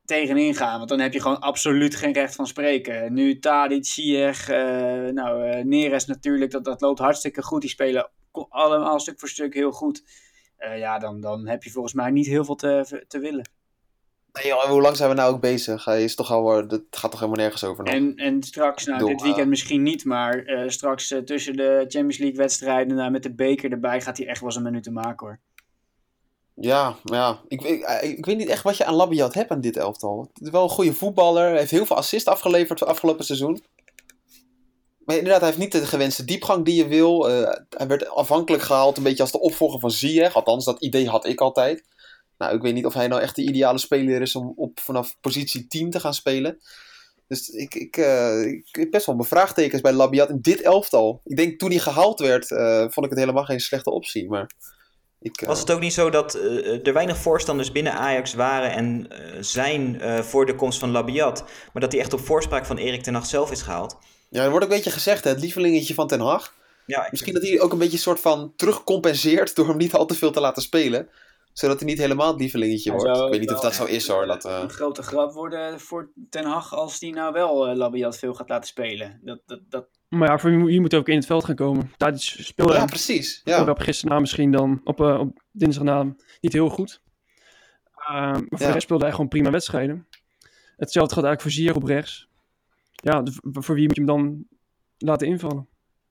tegenin gaan. Want dan heb je gewoon absoluut geen recht van spreken. Nu Tadic, Ziyech, Neres natuurlijk, dat loopt hartstikke goed. Die spelen allemaal stuk voor stuk heel goed. Dan heb je volgens mij niet heel veel te willen.
Nee, joh, hoe lang zijn we nou ook bezig? Het gaat toch helemaal nergens over nog?
En straks, dit weekend misschien niet, maar straks tussen de Champions League wedstrijden met de beker erbij gaat hij echt wel zijn minuten maken, hoor.
Ja. Ik weet niet echt wat je aan Labiat hebt aan dit elftal. Het is wel een goede voetballer. Hij heeft heel veel assists afgeleverd het afgelopen seizoen. Maar inderdaad, hij heeft niet de gewenste diepgang die je wil. Hij werd afhankelijk gehaald een beetje als de opvolger van Ziyech. Althans, dat idee had ik altijd. Nou, ik weet niet of hij nou echt de ideale speler is om vanaf positie 10 te gaan spelen. Dus ik heb best wel bevraagtekens bij Labiat in dit elftal. Ik denk toen hij gehaald werd, vond ik het helemaal geen slechte optie. Maar
was het ook niet zo dat er weinig voorstanders binnen Ajax waren en zijn voor de komst van Labiat, maar dat hij echt op voorspraak van Erik ten Hag zelf is gehaald?
Ja, er wordt ook een beetje gezegd, het lievelingetje van Ten Hag. Ja, misschien dat hij ook een beetje soort van terugcompenseert door hem niet al te veel te laten spelen. Zodat hij niet helemaal het lievelingetje wordt. Ik weet niet of dat zo is, hoor.
Een grote grap worden voor Ten Hag als hij nou wel Labiat veel gaat laten spelen.
Maar ja, voor wie moet ook in het veld gaan komen. Tadic speelde
ja, precies. Ja.
Op gisteren misschien dan, op dinsdag niet heel goed. Maar voor de rest speelde hij gewoon prima wedstrijden. Hetzelfde geldt eigenlijk voor Ziyech op rechts. Ja, voor wie moet je hem dan laten invallen?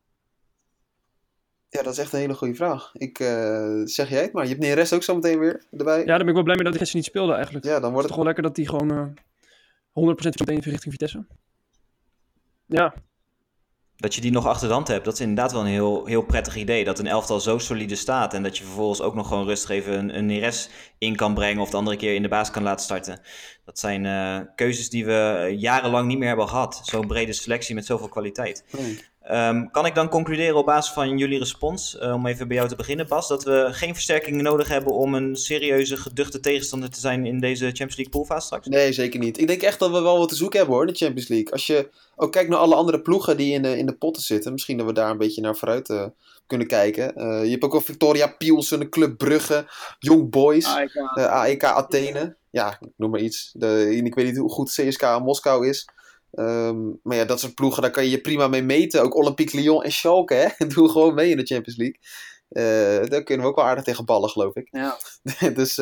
Ja, dat is echt een hele goede vraag. Zeg jij het maar. Je hebt Neres ook zo meteen weer erbij.
Ja, daar ben ik wel blij mee dat hij gisteren niet speelde eigenlijk.
Ja, dan wordt
het toch wel lekker dat hij gewoon 100% meteen richting Vitesse. Ja.
Dat je die nog achter de hand hebt, dat is inderdaad wel een heel prettig idee. Dat een elftal zo solide staat en dat je vervolgens ook nog gewoon rustig even een Neres in kan brengen of de andere keer in de baas kan laten starten. Dat zijn keuzes die we jarenlang niet meer hebben gehad. Zo'n brede selectie met zoveel kwaliteit. Kan ik dan concluderen op basis van jullie respons, om even bij jou te beginnen, Bas, dat we geen versterkingen nodig hebben om een serieuze, geduchte tegenstander te zijn in deze Champions League poolfase straks?
Nee, zeker niet. Ik denk echt dat we wel wat te zoeken hebben, hoor, in de Champions League. Als je ook kijkt naar alle andere ploegen die in de potten zitten, misschien dat we daar een beetje naar vooruit kunnen kijken. Je hebt ook wel Victoria Pielsen, Club Brugge, Young Boys, AEK Athene. Ja, noem maar iets. Ik weet niet hoe goed CSKA Moskou is. Maar ja, dat soort ploegen, daar kan je prima mee meten. Ook Olympique Lyon en Schalke, hè? Doen gewoon mee in de Champions League. Daar kunnen we ook wel aardig tegen ballen, geloof ik.
Ja.
Dus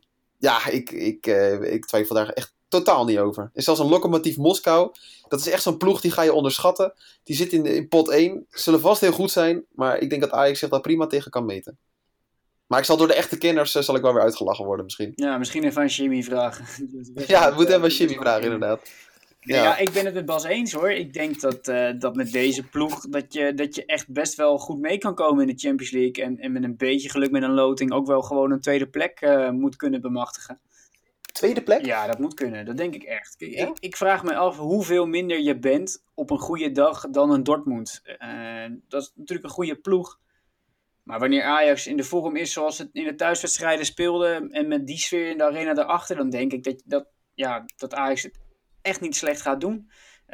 ik twijfel daar echt totaal niet over. Er is zelfs een Lokomotiv Moskou. Dat is echt zo'n ploeg, die ga je onderschatten. Die zit in pot 1. Zullen vast heel goed zijn, maar ik denk dat Ajax zich daar prima tegen kan meten. Maar ik zal door de echte kenners zal ik wel weer uitgelachen worden misschien.
Ja, misschien even aan Jimmy vragen.
Ja, we moeten even aan Jimmy vragen, inderdaad.
Ja, ik ben het met Bas eens, hoor. Ik denk dat met deze ploeg dat je echt best wel goed mee kan komen in de Champions League. En met een beetje geluk met een loting ook wel gewoon een tweede plek moet kunnen bemachtigen.
Tweede plek?
Ja, dat moet kunnen. Dat denk ik echt. Ik vraag me af hoeveel minder je bent op een goede dag dan een Dortmund. Dat is natuurlijk een goede ploeg. Maar wanneer Ajax in de vorm is zoals het in de thuiswedstrijden speelde en met die sfeer in de arena daarachter, dan denk ik dat Ajax het echt niet slecht gaat doen.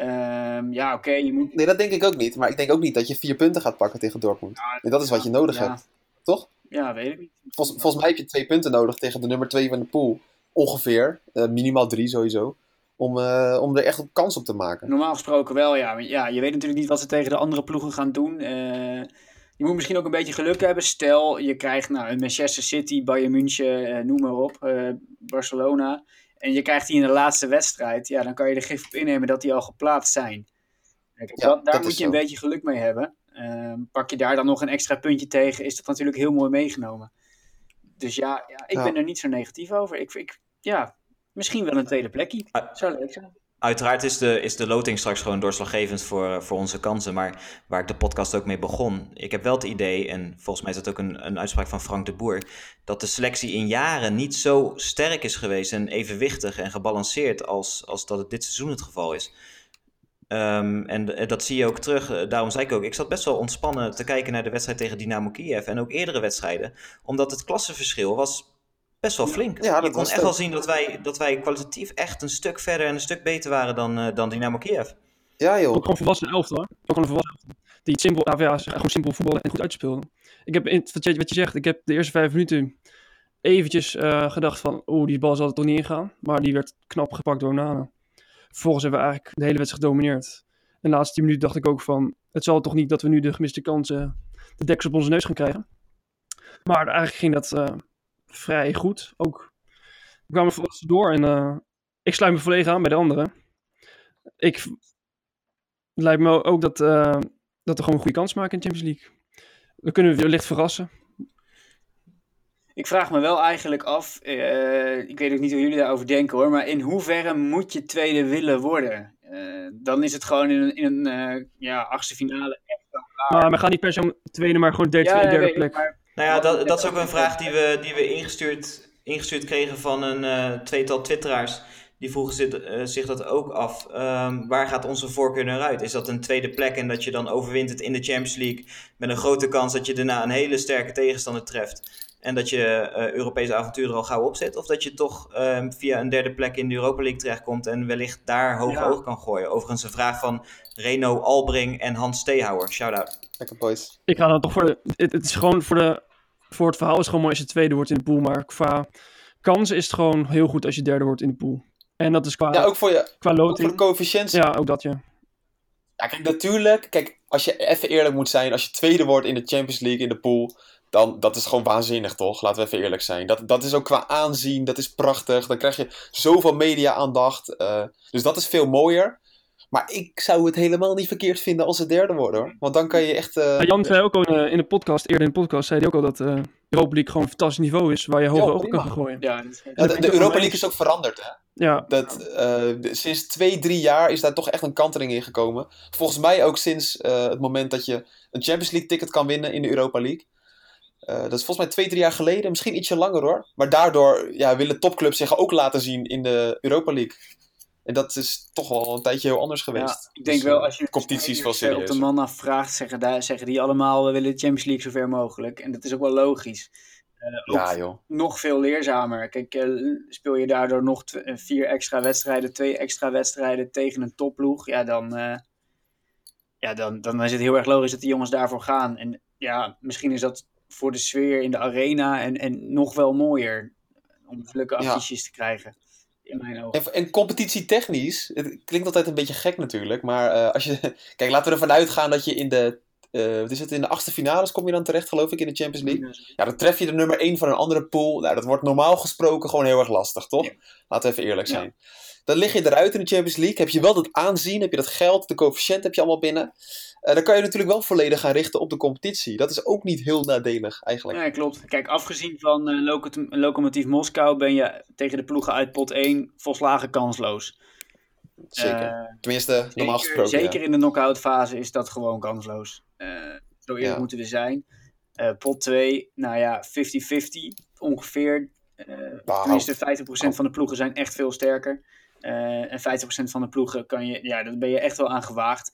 Je moet...
Nee, dat denk ik ook niet. Maar ik denk ook niet dat je 4 punten gaat pakken tegen Dortmund. En dat is wat je nodig hebt. Toch?
Ja, weet ik niet.
Volgens mij heb je 2 punten nodig tegen de nummer 2 van de pool. Ongeveer. Minimaal 3 sowieso. Om er echt een kans op te maken.
Normaal gesproken wel, ja. Maar ja, je weet natuurlijk niet wat ze tegen de andere ploegen gaan doen. Je moet misschien ook een beetje geluk hebben. Stel, je krijgt een Manchester City, Bayern München, noem maar op. Barcelona. En je krijgt die in de laatste wedstrijd. Ja, dan kan je er gif op innemen dat die al geplaatst zijn. Daar moet je een beetje geluk mee hebben. Pak je daar dan nog een extra puntje tegen, is dat natuurlijk heel mooi meegenomen. Dus ik ben er niet zo negatief over. Misschien wel een tweede plekje. Zou leuk zijn.
Uiteraard is de loting straks gewoon doorslaggevend voor onze kansen. Maar waar ik de podcast ook mee begon. Ik heb wel het idee, en volgens mij is dat ook een uitspraak van Frank de Boer, dat de selectie in jaren niet zo sterk is geweest en evenwichtig en gebalanceerd als dat het dit seizoen het geval is. En dat zie je ook terug. Daarom zei ik ook, ik zat best wel ontspannen te kijken naar de wedstrijd tegen Dynamo Kiev en ook eerdere wedstrijden. Omdat het klassenverschil was best wel flink. Ja, je kon echt wel zien dat wij kwalitatief echt een stuk verder en een stuk beter waren dan Dynamo Kiev.
Ja, joh.
Ook gewoon volwassen elftal, hoor. Ook gewoon een volwassen elftal. Die het gewoon simpel voetballen en goed uitspeelden. Ik heb, wat je zegt, ik heb de eerste 5 minuten eventjes gedacht van, die bal zal er toch niet ingaan. Maar die werd knap gepakt door Onana. Vervolgens hebben we eigenlijk de hele wedstrijd gedomineerd. En de laatste 10 minuten dacht ik ook van, het zal toch niet dat we nu de gemiste kansen de deksel op onze neus gaan krijgen. Maar eigenlijk ging dat vrij goed. Ook we kwamen verrast door en ik sluit me volledig aan bij de anderen. Het lijkt me ook dat we gewoon een goede kans maken in de Champions League. We kunnen wellicht verrassen.
Ik vraag me wel eigenlijk af, ik weet ook niet hoe jullie daarover denken hoor, maar in hoeverre moet je tweede willen worden? Dan is het gewoon in een achtste finale echt wel klaar.
Maar we gaan niet per se om tweede, maar gewoon derde plek.
Nou ja, dat is ook een vraag die we ingestuurd kregen van een tweetal twitteraars. Die vroegen zich dat ook af. Waar gaat onze voorkeur naar uit? Is dat een tweede plek en dat je dan overwint het in de Champions League met een grote kans dat je daarna een hele sterke tegenstander treft en dat je Europese avonturen al gauw opzet? Of dat je toch via een derde plek in de Europa League terechtkomt en wellicht daar hoog oog kan gooien? Overigens een vraag van Reno Albring en Hans Steehouwer. Shout-out.
Lekker boys.
Ik ga dan toch het is gewoon voor het verhaal is het gewoon mooi als je tweede wordt in de pool. Maar qua kansen is het gewoon heel goed als je derde wordt in de pool. En dat is qua
ook voor
loting.
Ook voor de coëfficiëntie.
Ja, ook dat, ja.
Ja, kijk, natuurlijk. Kijk, als je even eerlijk moet zijn, als je tweede wordt in de Champions League in de pool, dan dat is gewoon waanzinnig, toch? Laten we even eerlijk zijn. Dat is ook qua aanzien, dat is prachtig. Dan krijg je zoveel media-aandacht. Dus dat is veel mooier. Maar ik zou het helemaal niet verkeerd vinden als ze derde worden, hoor. Want dan kan je echt...
Jan zei ook al eerder in de podcast, zei hij ook al dat Europa League gewoon een fantastisch niveau is, waar je hoog oog kan gooien.
Ja,
de Europa League is ook veranderd, hè?
Ja.
Sinds 2-3 jaar is daar toch echt een kantering in gekomen. Volgens mij ook sinds het moment dat je een Champions League ticket kan winnen in de Europa League. Dat is volgens mij 2-3 jaar geleden, misschien ietsje langer hoor. Maar daardoor willen topclubs zich ook laten zien in de Europa League. En dat is toch wel een tijdje heel anders geweest.
Ja, ik denk wel, als je
competities wel
op
serieus
de man afvraagt, zeggen die allemaal, we willen de Champions League zo ver mogelijk. En dat is ook wel logisch.
Joh.
Nog veel leerzamer. Kijk, speel je daardoor nog 4 extra wedstrijden, 2 extra wedstrijden tegen een topploeg, dan is het heel erg logisch dat die jongens daarvoor gaan. En ja, misschien is dat voor de sfeer in de arena en nog wel mooier om leuke affiches te krijgen. In mijn ogen.
En competitietechnisch, het klinkt altijd een beetje gek natuurlijk, maar kijk, laten we ervan uitgaan dat je in de achtste finales kom je dan terecht, geloof ik, in de Champions League. Ja, dan tref je de nummer 1 van een andere pool. Nou, dat wordt normaal gesproken gewoon heel erg lastig, toch? Ja. Laten we even eerlijk zijn. Ja. Dan lig je eruit in de Champions League. Heb je wel dat aanzien, heb je dat geld, de coëfficiënt heb je allemaal binnen. Dan kan je natuurlijk wel volledig gaan richten op de competitie. Dat is ook niet heel nadelig, eigenlijk.
Ja, klopt. Kijk, afgezien van Lokomotiv Moskou ben je tegen de ploegen uit pot 1 volslagen kansloos.
Zeker. Tenminste, normaal gesproken.
Zeker in de knock-out fase is dat gewoon kansloos. Zo eerlijk moeten we zijn. Pot 2, 50-50 ongeveer. Tenminste, 50% van de ploegen zijn echt veel sterker. En 50% van de ploegen daar ben je echt wel aan gewaagd.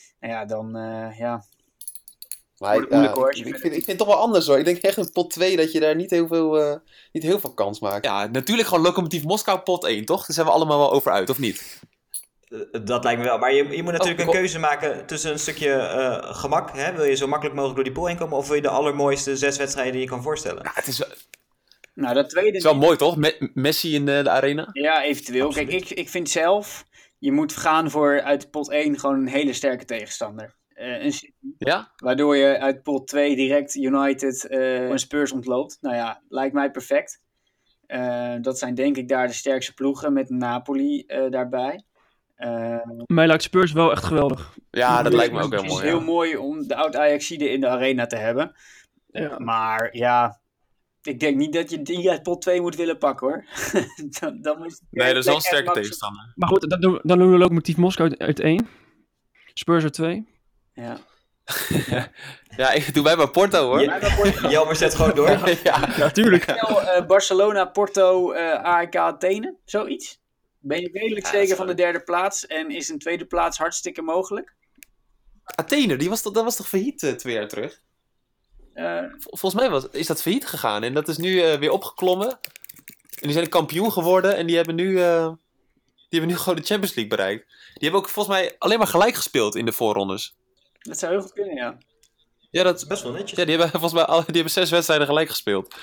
Maar ik vind het toch wel anders hoor. Ik denk echt in pot 2 dat je daar niet heel veel kans maakt. Ja, natuurlijk gewoon Lokomotiv Moskou pot 1, toch? Daar zijn we allemaal wel over uit, of niet?
Dat lijkt me wel. Maar je moet natuurlijk een keuze maken tussen een stukje gemak. Hè? Wil je zo makkelijk mogelijk door die pool heen komen? Of wil je de allermooiste 6 wedstrijden die je kan voorstellen?
Ja, het is wel...
dat tweede... Het
is wel mooi, toch? Messi in de arena?
Ja, eventueel. Absoluut. Kijk, ik vind zelf... Je moet gaan voor uit pot 1 gewoon een hele sterke tegenstander. Een City.
Ja?
Waardoor je uit pot 2 direct United en Spurs ontloopt. Lijkt mij perfect. Dat zijn denk ik daar de sterkste ploegen met Napoli daarbij.
Mij lijkt Spurs wel echt geweldig.
Ja, dat lijkt me ook heel mooi.
Het is heel mooi om de oud-Ajaxiden in de arena te hebben. Ja. Maar ik denk niet dat je die uit pot 2 moet willen pakken, hoor. dan moet
nee, dat is wel een sterke tegenstander.
Maar goed, dan doen we Lokomotiv Moskou uit 1. Spurs uit 2.
Ja.
Ja, ik doe bij Porto, hoor.
Jelmer zet gewoon door.
Ja, tuurlijk.
Barcelona, Porto, AEK Athene, zoiets. Ben je redelijk zeker van de derde plaats en is een tweede plaats hartstikke mogelijk?
Athene, dat was toch failliet 2 jaar terug? Volgens mij is dat failliet gegaan en dat is nu weer opgeklommen. En die zijn kampioen geworden en die hebben nu gewoon de Champions League bereikt. Die hebben ook volgens mij alleen maar gelijk gespeeld in de voorrondes.
Dat zou heel goed kunnen, ja.
Ja, dat
is best wel netjes.
Ja, die hebben volgens mij 6 wedstrijden gelijk gespeeld.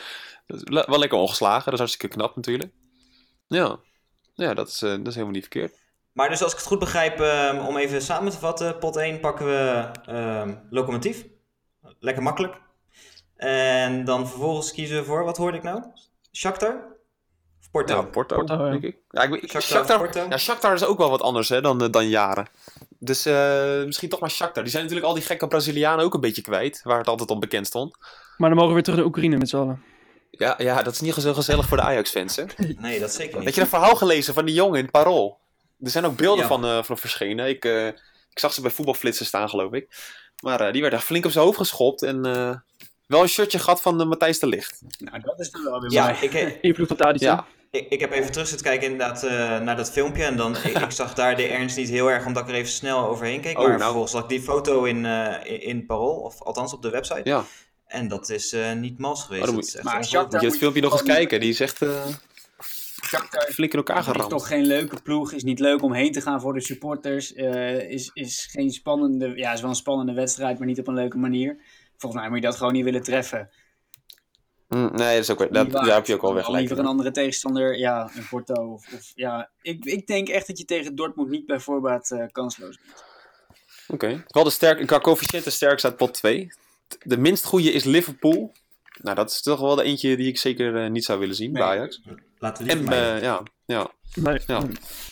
Wel lekker ongeslagen, dat is hartstikke knap natuurlijk. Ja, dat is helemaal niet verkeerd.
Maar dus als ik het goed begrijp, om even samen te vatten, pot 1 pakken we Lokomotief. Lekker makkelijk. En dan vervolgens kiezen we voor, wat hoorde ik nou? Shakhtar? Of Porto?
Ja, Porto,
Porto, ja.
denk ik. Ja,
Shakhtar, Porto.
Shakhtar is ook wel wat anders hè, dan Jaren. Dus misschien toch maar Shakhtar. Die zijn natuurlijk al die gekke Brazilianen ook een beetje kwijt, waar het altijd om bekend stond.
Maar dan mogen we weer terug naar Oekraïne met z'n allen.
Ja, dat is niet zo gezellig voor de Ajax-fans, hè?
Nee, dat zeker niet.
Heb je een verhaal gelezen van die jongen in het Parool? Er zijn ook beelden
Ja.
van verschenen. Ik zag ze bij voetbalflitsen staan, geloof ik. Maar die werd echt flink op zijn hoofd geschopt. En wel een shirtje gehad van Matthijs de Ligt.
Nou, dat is dan wel weer
Ja,
mooi.
Invloed van Tadic.
Ja,
ik heb even terug zitten kijken inderdaad naar dat filmpje. En dan, ik zag daar de ernst niet heel erg, omdat ik er even snel overheen keek.
Oh,
maar
nou.
vervolgens zag ik die foto in Parool, of althans op de website.
ja.
En dat is niet mals geweest.
Oh, dan
Dat
moet-
is echt
Maar
ongelooflijk.
Moet je het filmpje nog eens kijken. Die is echt
Shakhtar
flink in elkaar
is
geramd.
toch geen leuke ploeg. Is niet leuk om heen te gaan voor de supporters. Is geen spannende... Ja, is wel een spannende wedstrijd, maar niet op een leuke manier. Volgens mij moet je dat gewoon niet willen treffen.
Nee, dat is ook,
Niet
daar
waar.
heb je ook wel weer
Dan
gelijk.
liever een andere tegenstander, ja, een Porto. Ja, ik denk echt dat je tegen Dortmund niet bij voorbaat kansloos bent.
Oké. Wel qua coëfficiënt de sterkste uit pot 2. De minst goede is Liverpool. Nou, dat is toch wel de eentje die ik zeker niet zou willen zien bij
Nee.
Ajax.
Laten we die
En
vermijden.
ja.
Nee.
Ja.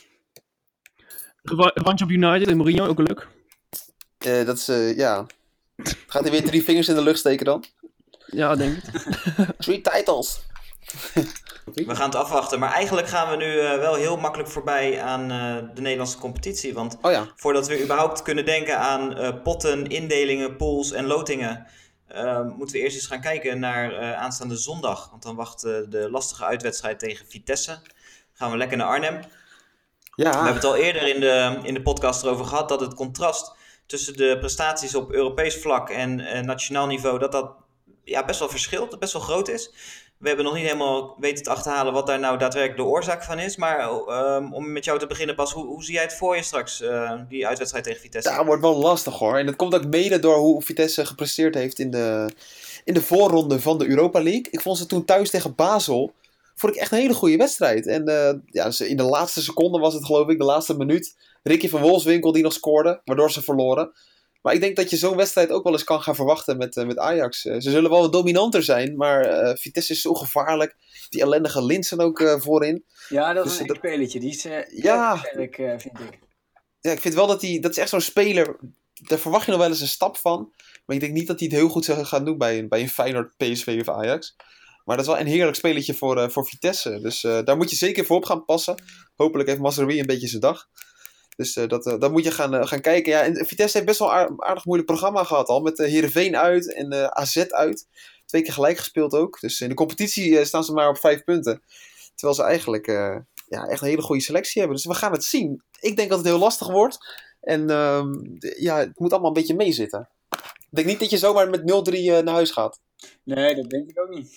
Revanche op United en Mourinho, ook leuk.
Dat is, Gaat hij weer 3 vingers in de lucht steken dan?
Ja, denk ik.
3 titles.
We gaan het afwachten. Maar eigenlijk gaan we nu wel heel makkelijk voorbij aan de Nederlandse competitie. Want
Oh ja.
voordat we überhaupt kunnen denken aan potten, indelingen, pools en lotingen, moeten we eerst eens gaan kijken naar aanstaande zondag. Want dan wacht de lastige uitwedstrijd tegen Vitesse. Gaan we lekker naar Arnhem. We hebben
Ja.
het al eerder in de podcast erover gehad dat het contrast tussen de prestaties op Europees vlak en nationaal niveau, dat best wel verschilt, dat best wel groot is. We hebben nog niet helemaal weten te achterhalen wat daar nou daadwerkelijk de oorzaak van is. Maar om met jou te beginnen, Bas, hoe zie jij het voor je straks, die uitwedstrijd tegen Vitesse?
Dat wordt wel lastig hoor. En dat komt ook mede door hoe Vitesse gepresteerd heeft in de voorronde van de Europa League. Ik vond ze toen thuis tegen Basel. Vond ik echt een hele goede wedstrijd. En dus in de laatste seconde was het geloof ik, de laatste minuut. Ricky van Wolfswinkel die nog scoorde, waardoor ze verloren. Maar ik denk dat je zo'n wedstrijd ook wel eens kan gaan verwachten met Ajax. Ze zullen wel wat dominanter zijn, maar Vitesse is zo gevaarlijk. Die ellendige Linsen ook voorin.
Ja, dat
Dus
is een
dat-
spelletje. Die is
Ja.
sterk, vind ik.
Ja, ik vind wel dat is echt zo'n speler. Daar verwacht je nog wel eens een stap van. Maar ik denk niet dat hij het heel goed zou gaan doen bij een Feyenoord, PSV of Ajax. Maar dat is wel een heerlijk spelletje voor Vitesse. Dus daar moet je zeker voor op gaan passen. Hopelijk heeft Mazraoui een beetje zijn dag. Dus dat moet je gaan kijken. Ja, en Vitesse heeft best wel een aardig moeilijk programma gehad al. Met Heerenveen uit en AZ uit. 2 keer gelijk gespeeld ook. Dus in de competitie staan ze maar op 5 punten. Terwijl ze eigenlijk echt een hele goede selectie hebben. Dus we gaan het zien. Ik denk dat het heel lastig wordt. En het moet allemaal een beetje meezitten. Ik denk niet dat je zomaar met 0-3 naar huis gaat.
Nee, dat denk ik ook niet.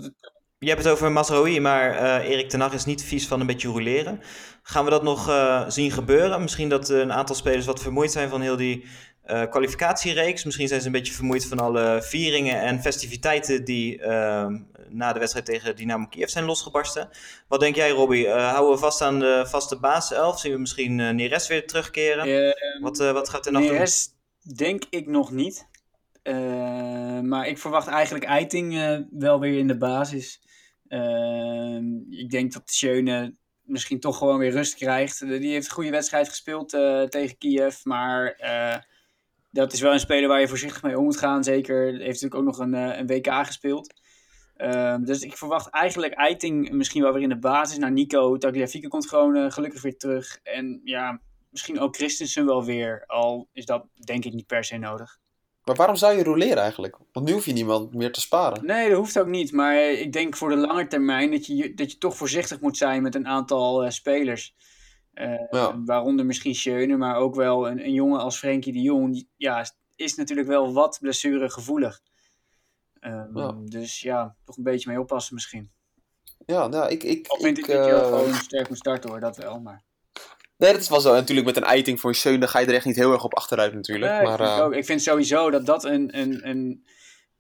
Je hebt het over Mazraoui, maar Erik ten Hag is niet vies van een beetje rouleren. Gaan we dat nog zien gebeuren? Misschien dat een aantal spelers wat vermoeid zijn van heel die kwalificatiereeks. Misschien zijn ze een beetje vermoeid van alle vieringen en festiviteiten die na de wedstrijd tegen Dynamo Kiev zijn losgebarsten. Wat denk jij, Robbie? Houden we vast aan de vaste basiself? Zien we misschien Neres weer terugkeren? Wat gaat Ten Hag doen?
Neres denk ik nog niet. Maar ik verwacht eigenlijk Eiting wel weer in de basis. Ik denk dat Schöne misschien toch gewoon weer rust krijgt. Die heeft een goede wedstrijd gespeeld tegen Kiev. Maar dat is wel een speler waar je voorzichtig mee om moet gaan. Zeker, heeft natuurlijk ook nog een WK gespeeld. Dus ik verwacht eigenlijk Eiting misschien wel weer in de basis. Nou, Nico Tagliafico komt gewoon gelukkig weer terug. En ja, misschien ook Christensen wel weer. Al is dat denk ik niet per se nodig.
Maar waarom zou je roleren eigenlijk? Want nu hoef je niemand meer te sparen.
Nee, dat hoeft ook niet. Maar ik denk voor de lange termijn dat je toch voorzichtig moet zijn met een aantal spelers. Waaronder misschien Schöne, maar ook wel een jongen als Frenkie de Jong. Die is natuurlijk wel wat blessuregevoelig. Dus ja, toch een beetje mee oppassen misschien.
Ja, nou,
Of vind ik dat je wel gewoon sterk moet starten hoor, dat wel. Maar...
Nee, dat is wel zo. En natuurlijk met een Eiting voor een Schöne ga je er echt niet heel erg op achteruit natuurlijk.
Nee, ik vind sowieso dat een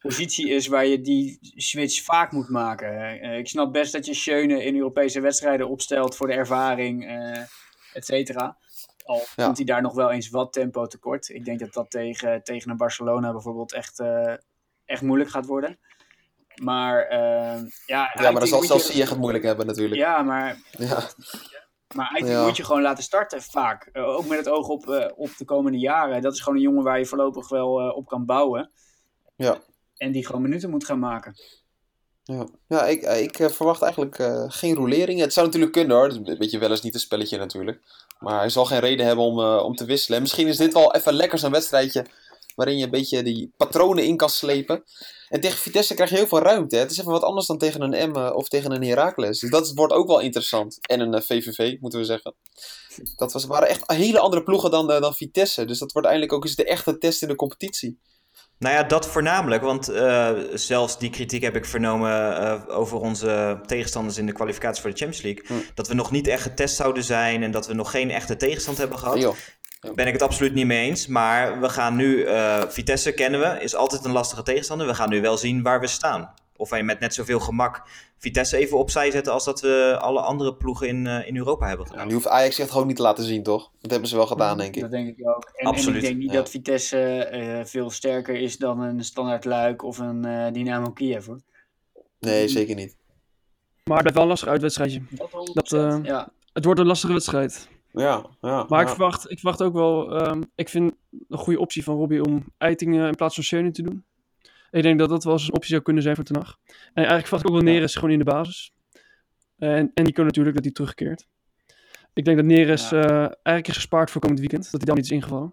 positie is waar je die switch vaak moet maken. Ik snap best dat je Schöne in Europese wedstrijden opstelt voor de ervaring, et cetera. Al komt hij daar nog wel eens wat tempo tekort. Ik denk dat dat tegen een Barcelona bijvoorbeeld echt moeilijk gaat worden. Maar
maar dan zal zelfs Ziyech het moeilijk hebben natuurlijk.
Ja, maar eigenlijk moet je gewoon laten starten vaak. Ook met het oog op de komende jaren. Dat is gewoon een jongen waar je voorlopig wel op kan bouwen.
Ja.
En die gewoon minuten moet gaan maken.
Ja, ik verwacht eigenlijk geen rolering. Het zou natuurlijk kunnen hoor. Een beetje wel eens niet een spelletje natuurlijk. Maar hij zal geen reden hebben om te wisselen. En misschien is dit wel even lekker zo'n wedstrijdje waarin je een beetje die patronen in kan slepen. En tegen Vitesse krijg je heel veel ruimte. Hè? Het is even wat anders dan tegen een Emmen of tegen een Heracles. Dus dat wordt ook wel interessant. En een VVV, moeten we zeggen. Waren echt hele andere ploegen dan Vitesse. Dus dat wordt eindelijk ook eens de echte test in de competitie.
Nou ja, dat voornamelijk, want zelfs die kritiek heb ik vernomen over onze tegenstanders in de kwalificatie voor de Champions League. Dat we nog niet echt getest zouden zijn en dat we nog geen echte tegenstand hebben gehad. Daar ben ik het absoluut niet mee eens. Maar we gaan nu, Vitesse kennen we, is altijd een lastige tegenstander. We gaan nu wel zien waar we staan. Of wij met net zoveel gemak Vitesse even opzij zetten als dat we alle andere ploegen in Europa hebben gedaan.
Die hoeft Ajax echt gewoon niet te laten zien, toch? Dat hebben ze wel gedaan, denk ik.
Dat denk ik ook.
Absoluut.
En ik denk niet dat Vitesse veel sterker is dan een Standard Luik of een Dynamo Kiev, hoor.
Nee, zeker niet.
Maar het blijft wel een lastig uitwedstrijdje. Het wordt een lastige wedstrijd.
Ja.
Maar ik verwacht ook wel... ik vind een goede optie van Robbie om Eitingen in plaats van Schöne te doen. Ik denk dat dat wel eens een optie zou kunnen zijn voor Ten Hag. En eigenlijk verwacht ik ook wel Neres gewoon in de basis. En die kan natuurlijk dat hij terugkeert. Ik denk dat Neres eigenlijk is gespaard voor komend weekend. Dat hij dan niet is ingevallen.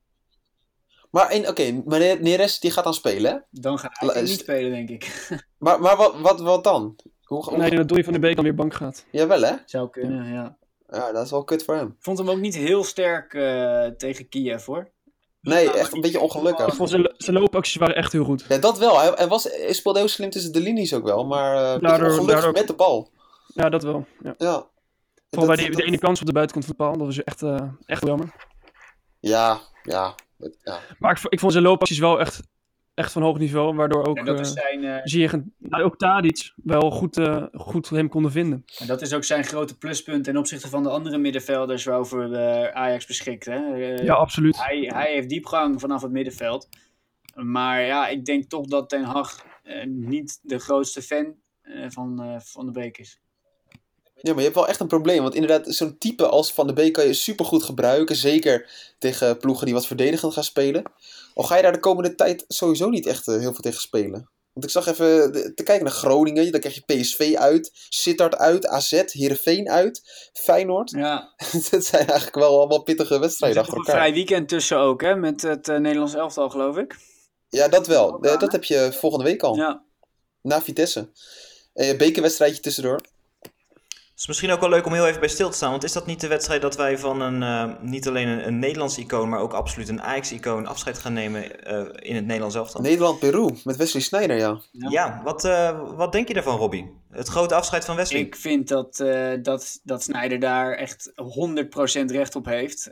Maar Neres die gaat dan spelen, hè?
Dan gaat hij niet spelen, denk ik.
Maar wat dan?
Nee, ik denk dat Donny van de Beek dan weer bank gaat.
Jawel, hè?
Zou kunnen, ja.
Ja, dat is wel kut voor hem.
Ik vond hem ook niet heel sterk tegen Kiev, hoor.
Nee, echt een beetje ongelukkig.
Zijn loopacties waren echt heel goed.
Ja, dat wel. Hij speelde heel slim tussen de linies ook wel. Maar een beetje ongelukkig met de bal.
Ja, dat wel. Ja. Vooral bij de ene kans op de buitenkant van de paal. Dat was echt jammer.
Ja.
Maar ik vond zijn loopacties wel echt van hoog niveau. Waardoor ook Ziyech en ook Tadic wel goed hem konden vinden.
En dat is ook zijn grote pluspunt ten opzichte van de andere middenvelders waarover Ajax beschikt. Hè?
Ja, absoluut.
Hij heeft diepgang vanaf het middenveld. Maar ja, ik denk toch dat Ten Hag niet de grootste fan van de Beek is.
Ja, maar je hebt wel echt een probleem. Want inderdaad, zo'n type als Van de Beek kan je supergoed gebruiken. Zeker tegen ploegen die wat verdedigend gaan spelen. Al ga je daar de komende tijd sowieso niet echt heel veel tegen spelen. Want ik zag even te kijken naar Groningen. Dan krijg je PSV uit, Sittard uit, AZ, Heerenveen uit, Feyenoord.
Ja.
Dat zijn eigenlijk wel allemaal pittige wedstrijden achter elkaar.
Er zit een vrij weekend tussen ook, hè? Met het Nederlands elftal, geloof ik.
Ja, dat wel. Dat heb je volgende week al.
Ja.
Na Vitesse. Bekerwedstrijdje tussendoor.
Het is misschien ook wel leuk om heel even bij stil te staan. Want is dat niet de wedstrijd dat wij van niet alleen een Nederlands icoon, maar ook absoluut een Ajax-icoon afscheid gaan nemen in het Nederlands elftal?
Nederland-Peru, met Wesley Sneijder, ja.
Ja, wat denk je daarvan, Robbie? Het grote afscheid van Wesley?
Ik vind dat Sneijder daar echt 100% recht op heeft.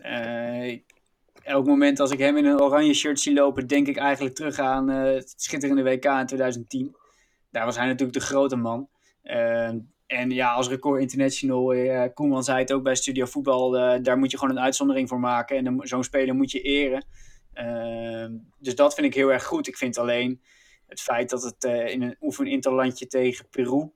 Elk moment als ik hem in een oranje shirt zie lopen, denk ik eigenlijk terug aan het schitterende WK in 2010. Daar was hij natuurlijk de grote man. En ja, als record international, Koeman zei het ook bij Studio Voetbal, daar moet je gewoon een uitzondering voor maken. En zo'n speler moet je eren. Dus dat vind ik heel erg goed. Ik vind alleen het feit dat het in een oefeninterlandje tegen Peru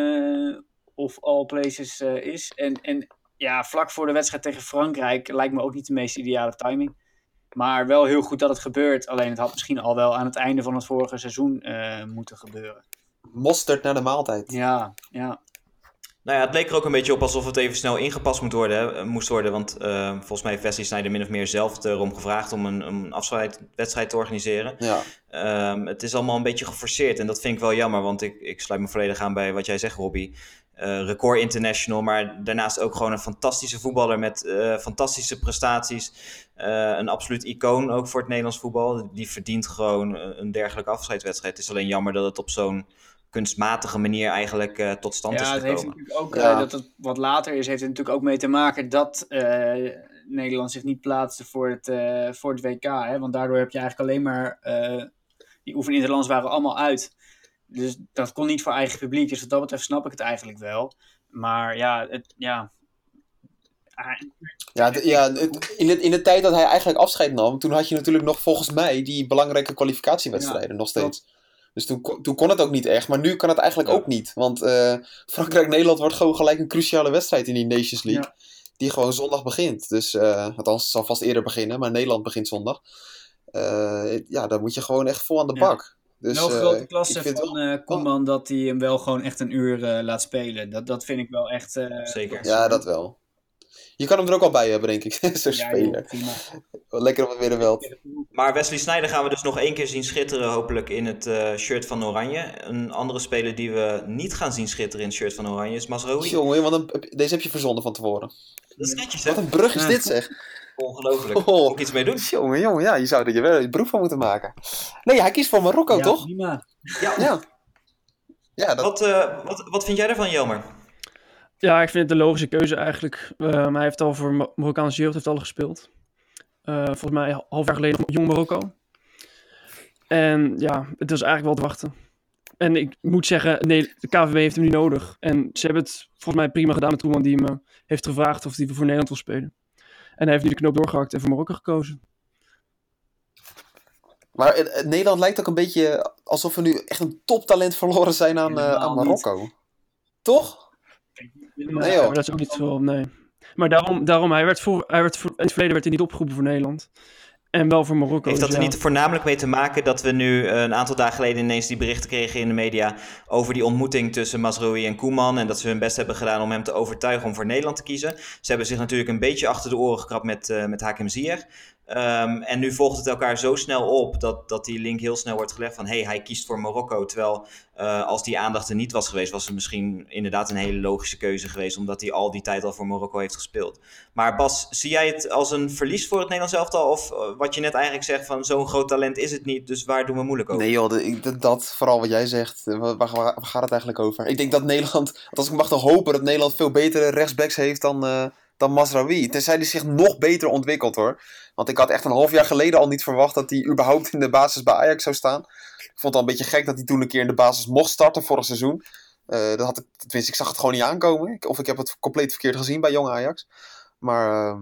of all places is. En ja, vlak voor de wedstrijd tegen Frankrijk lijkt me ook niet de meest ideale timing. Maar wel heel goed dat het gebeurt. Alleen het had misschien al wel aan het einde van het vorige seizoen moeten gebeuren.
Mosterd naar de maaltijd.
Ja.
Nou ja, het leek er ook een beetje op alsof het even snel ingepast moest worden. Want volgens mij heeft Wesley Sneijder min of meer zelf erom gevraagd om een afscheidswedstrijd te organiseren.
Ja.
Het is allemaal een beetje geforceerd en dat vind ik wel jammer. Want ik sluit me volledig aan bij wat jij zegt, Robbie. Record international, maar daarnaast ook gewoon een fantastische voetballer met fantastische prestaties. Een absoluut icoon ook voor het Nederlands voetbal. Die verdient gewoon een dergelijke afscheidswedstrijd. Het is alleen jammer dat het op zo'n kunstmatige manier eigenlijk tot stand is gekomen.
Ja, het heeft natuurlijk ook, dat het wat later is, heeft het natuurlijk ook mee te maken dat Nederland zich niet plaatste voor het WK. Hè? Want daardoor heb je eigenlijk alleen maar Die oefeninterlands waren allemaal uit. Dus dat kon niet voor eigen publiek. Dus wat dat betreft snap ik het eigenlijk wel. Maar
in de tijd dat hij eigenlijk afscheid nam, toen had je natuurlijk nog volgens mij die belangrijke kwalificatiewedstrijden nog steeds. Dus toen kon het ook niet echt. Maar nu kan het eigenlijk ook niet. Want Frankrijk-Nederland wordt gewoon gelijk een cruciale wedstrijd in die Nations League. Ja. Die gewoon zondag begint. Dus, althans, het zal vast eerder beginnen. Maar Nederland begint zondag. Dan moet je gewoon echt vol aan de bak. Dus,
wel grote klasse van Koeman dat hij hem wel gewoon echt een uur laat spelen. Dat vind ik wel echt...
Zeker.
Ja, dat wel. Je kan hem er ook al bij hebben, denk ik. Zo'n speler. Lekker op het middenveld.
Maar Wesley Sneijder gaan we dus nog 1 keer zien schitteren, hopelijk in het shirt van Oranje. Een andere speler die we niet gaan zien schitteren in het shirt van Oranje is Mazraoui.
Jongen, deze heb je verzonnen van tevoren.
Dat is netjes, hè?
Wat een brug is dit, zeg.
Ongelooflijk. Moet ik iets mee doen?
Jongen, ja, je zou er je wel een beroep van moeten maken. Nee, hij kiest voor Marokko, toch?
Prima.
Ja.
Wat vind jij ervan, Jelmer?
Ja, ik vind het een logische keuze eigenlijk. Hij heeft al voor Marokkaanse jeugd al gespeeld. Volgens mij half jaar geleden Jong Marokko. En ja, het was eigenlijk wel te wachten. En ik moet zeggen, nee, de KVB heeft hem niet nodig. En ze hebben het volgens mij prima gedaan met Koeman, die me heeft gevraagd of hij voor Nederland wil spelen. En hij heeft nu de knoop doorgehakt en voor Marokko gekozen.
Maar Nederland lijkt ook een beetje alsof we nu echt een toptalent verloren zijn aan Marokko. Niet. Toch?
Nee, joh. Maar dat is ook niet zo, nee. Maar daarom in het verleden werd hij niet opgeroepen voor Nederland. En wel voor Marokko.
Heeft dat er niet voornamelijk mee te maken dat we nu een aantal dagen geleden ineens die berichten kregen in de media over die ontmoeting tussen Mazraoui en Koeman en dat ze hun best hebben gedaan om hem te overtuigen om voor Nederland te kiezen. Ze hebben zich natuurlijk een beetje achter de oren gekrapt met Hakim Ziyech. En nu volgt het elkaar zo snel op dat die link heel snel wordt gelegd van hij kiest voor Marokko. Terwijl als die aandacht er niet was geweest, was het misschien inderdaad een hele logische keuze geweest, omdat hij al die tijd al voor Marokko heeft gespeeld. Maar Bas, zie jij het als een verlies voor het Nederlands elftal? Of wat je net eigenlijk zegt van zo'n groot talent is het niet, dus waar doen we moeilijk over?
Nee joh, dat vooral wat jij zegt, waar gaat het eigenlijk over? Ik denk dat Nederland, als ik mag toch hopen dat Nederland veel betere rechtsbacks heeft dan Mazraoui. Tenzij hij zich nog beter ontwikkelt hoor. Want ik had echt een half jaar geleden al niet verwacht dat hij überhaupt in de basis bij Ajax zou staan. Ik vond het al een beetje gek dat hij toen een keer in de basis mocht starten vorig seizoen. Ik zag het gewoon niet aankomen. Of ik heb het compleet verkeerd gezien bij Jong Ajax. Maar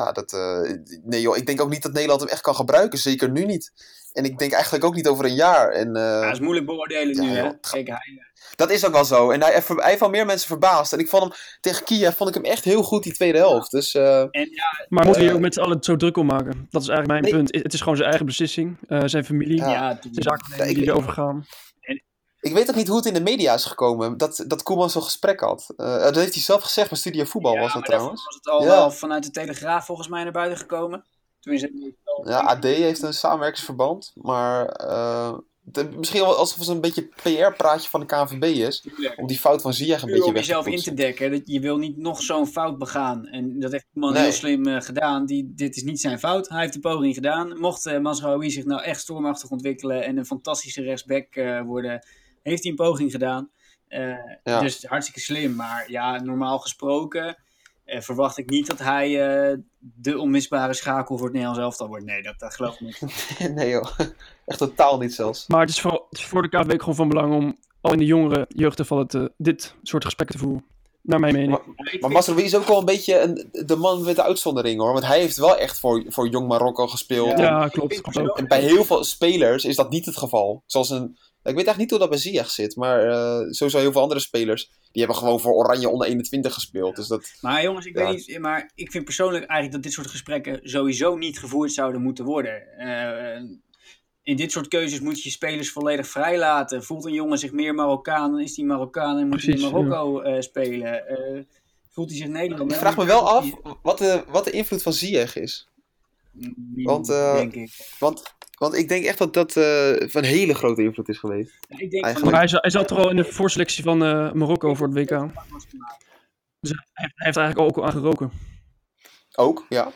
nee joh, ik denk ook niet dat Nederland hem echt kan gebruiken. Zeker nu niet. En ik denk eigenlijk ook niet over een jaar.
Dat is moeilijk beoordelen nu hè.
Dat is ook wel zo. En hij heeft wel meer mensen verbaasd. En ik vond hem tegen Kiev echt heel goed die tweede helft. Dus,
maar moeten we hier ook met z'n allen zo druk om maken? Dat is eigenlijk mijn punt. Het is gewoon zijn eigen beslissing. Zijn familie. Zijn zaken die erover gaan.
Ik weet ook niet hoe het in de media is gekomen. Dat Koeman zo'n gesprek had. Dat heeft hij zelf gezegd bij Studio Voetbal was dat trouwens.
Was het al wel vanuit de Telegraaf volgens mij naar buiten gekomen.
AD heeft een samenwerkingsverband. Maar misschien wel alsof het een beetje PR-praatje van de KNVB is. Om die fout van Ziyech een beetje weg te
jezelf in te dekken. Je wil niet nog zo'n fout begaan. En dat heeft Koeman heel slim gedaan. Dit is niet zijn fout. Hij heeft de poging gedaan. Mocht Mazraoui zich nou echt stormachtig ontwikkelen en een fantastische rechtsback worden, heeft hij een poging gedaan. Dus hartstikke slim. Maar ja, normaal gesproken verwacht ik niet dat hij de onmisbare schakel voor het Nederlands elftal wordt. Nee, dat geloof ik niet.
Nee joh, echt totaal niet zelfs.
Maar het is voor de KVB gewoon van belang om al in de jongere jeugdafvallen dit soort gesprekken te voeren. Naar mijn mening.
Maar Mazraoui is ook wel een beetje de man met de uitzondering hoor. Want hij heeft wel echt voor Jong Marokko gespeeld.
Ja, klopt.
En bij heel veel spelers is dat niet het geval. Ik weet eigenlijk niet hoe dat bij Ziyech zit. Maar sowieso heel veel andere spelers. Die hebben gewoon voor Oranje onder 21 gespeeld. Dus dat,
maar jongens, ik weet niet. Maar ik vind persoonlijk eigenlijk dat dit soort gesprekken sowieso niet gevoerd zouden moeten worden. In dit soort keuzes moet je spelers volledig vrij laten. Voelt een jongen zich meer Marokkaan, dan is hij Marokkaan en moet hij in Marokko spelen. Voelt hij zich Nederlander?
Ik vraag me wel af wat de invloed van Ziyech is.
Denk ik.
Want ik denk echt dat dat van hele grote invloed is geweest.
Ja, ik denk
hij zat toch al in de voorselectie van Marokko voor het WK. Dus hij heeft eigenlijk ook al aangeroken.
Ook, ja.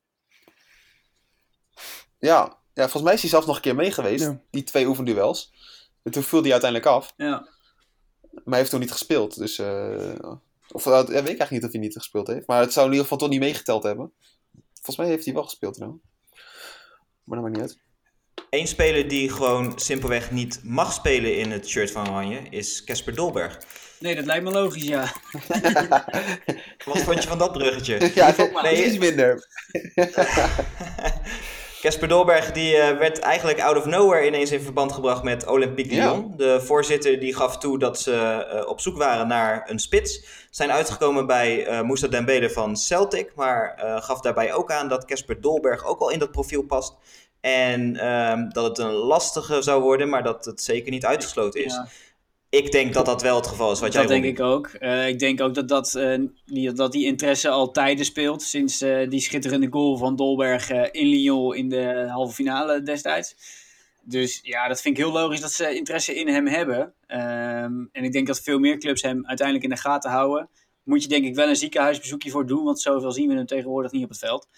Ja, volgens mij is hij zelfs nog een keer mee geweest. Ja. Die 2 oefenduels. En toen viel hij uiteindelijk af.
Ja.
Maar hij heeft toen niet gespeeld. Dus, weet ik eigenlijk niet of hij niet gespeeld heeft. Maar het zou in ieder geval toch niet meegeteld hebben. Volgens mij heeft hij wel gespeeld. Nou. Maar dat maakt niet uit.
Eén speler die gewoon simpelweg niet mag spelen in het shirt van Oranje is Casper Dolberg.
Nee, dat lijkt me logisch, ja.
Wat vond je van dat bruggetje?
Ja,
Nee,
iets minder.
Casper Dolberg die werd eigenlijk out of nowhere ineens in verband gebracht met Olympique Lyon. De voorzitter die gaf toe dat ze op zoek waren naar een spits. Zijn uitgekomen bij Moussa Dembele van Celtic, maar gaf daarbij ook aan dat Casper Dolberg ook al in dat profiel past. En dat het een lastige zou worden, maar dat het zeker niet uitgesloten is.
Ja.
Ik denk dat dat wel het geval is. Wat jij
Dat denk ik ook. Ik denk ook dat die interesse al tijden speelt. Sinds die schitterende goal van Dolberg in Lyon in de halve finale destijds. Dus ja, dat vind ik heel logisch dat ze interesse in hem hebben. En ik denk dat veel meer clubs hem uiteindelijk in de gaten houden. Moet je denk ik wel een ziekenhuisbezoekje voor doen. Want zoveel zien we hem tegenwoordig niet op het veld.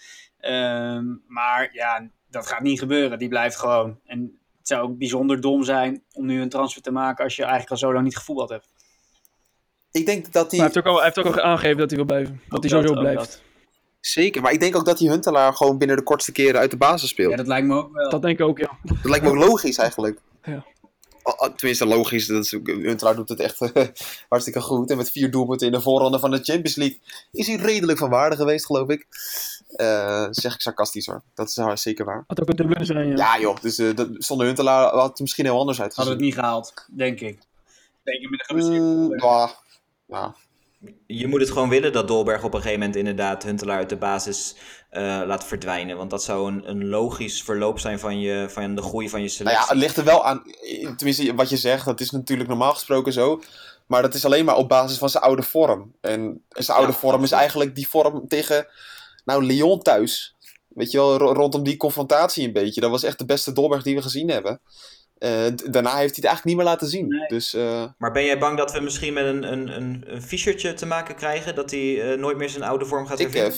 Maar ja, dat gaat niet gebeuren. Die blijft gewoon. En het zou ook bijzonder dom zijn om nu een transfer te maken als je eigenlijk al zo lang niet gevoetbald hebt.
Ik denk dat
Maar hij heeft ook al aangegeven dat hij wil blijven. Dat hij sowieso blijft.
Zeker, maar ik denk ook dat die Huntelaar gewoon binnen de kortste keren uit de basis speelt.
Ja, dat lijkt me ook wel.
Dat denk ik ook, ja.
Dat lijkt me ook logisch eigenlijk.
Ja.
Tenminste, logisch. Huntelaar doet het echt hartstikke goed. En met 4 doelpunten in de voorronde van de Champions League is hij redelijk van waarde geweest, geloof ik. Zeg ik sarcastisch hoor. Dat is zeker waar.
Had ook een dubbele zijn, ja.
Ja joh, dus zonder Huntelaar had het misschien heel anders uitgezien.
Hadden we het niet gehaald, denk ik. Zeker met de geblesseerde.
Ja.
Je moet het gewoon willen dat Dolberg op een gegeven moment inderdaad Huntelaar uit de basis laat verdwijnen. Want dat zou een logisch verloop zijn van de groei van je selectie.
Nou ja, het ligt er wel aan, tenminste wat je zegt, dat is natuurlijk normaal gesproken zo. Maar dat is alleen maar op basis van zijn oude vorm. En zijn oude vorm is eigenlijk die vorm tegen Lyon thuis. Weet je wel, rondom die confrontatie een beetje. Dat was echt de beste Dolberg die we gezien hebben. Daarna heeft hij het eigenlijk niet meer laten zien.
Nee.
Dus,
maar ben jij bang dat we misschien met een Fischertje te maken krijgen? Dat hij nooit meer zijn oude vorm gaat hervinden?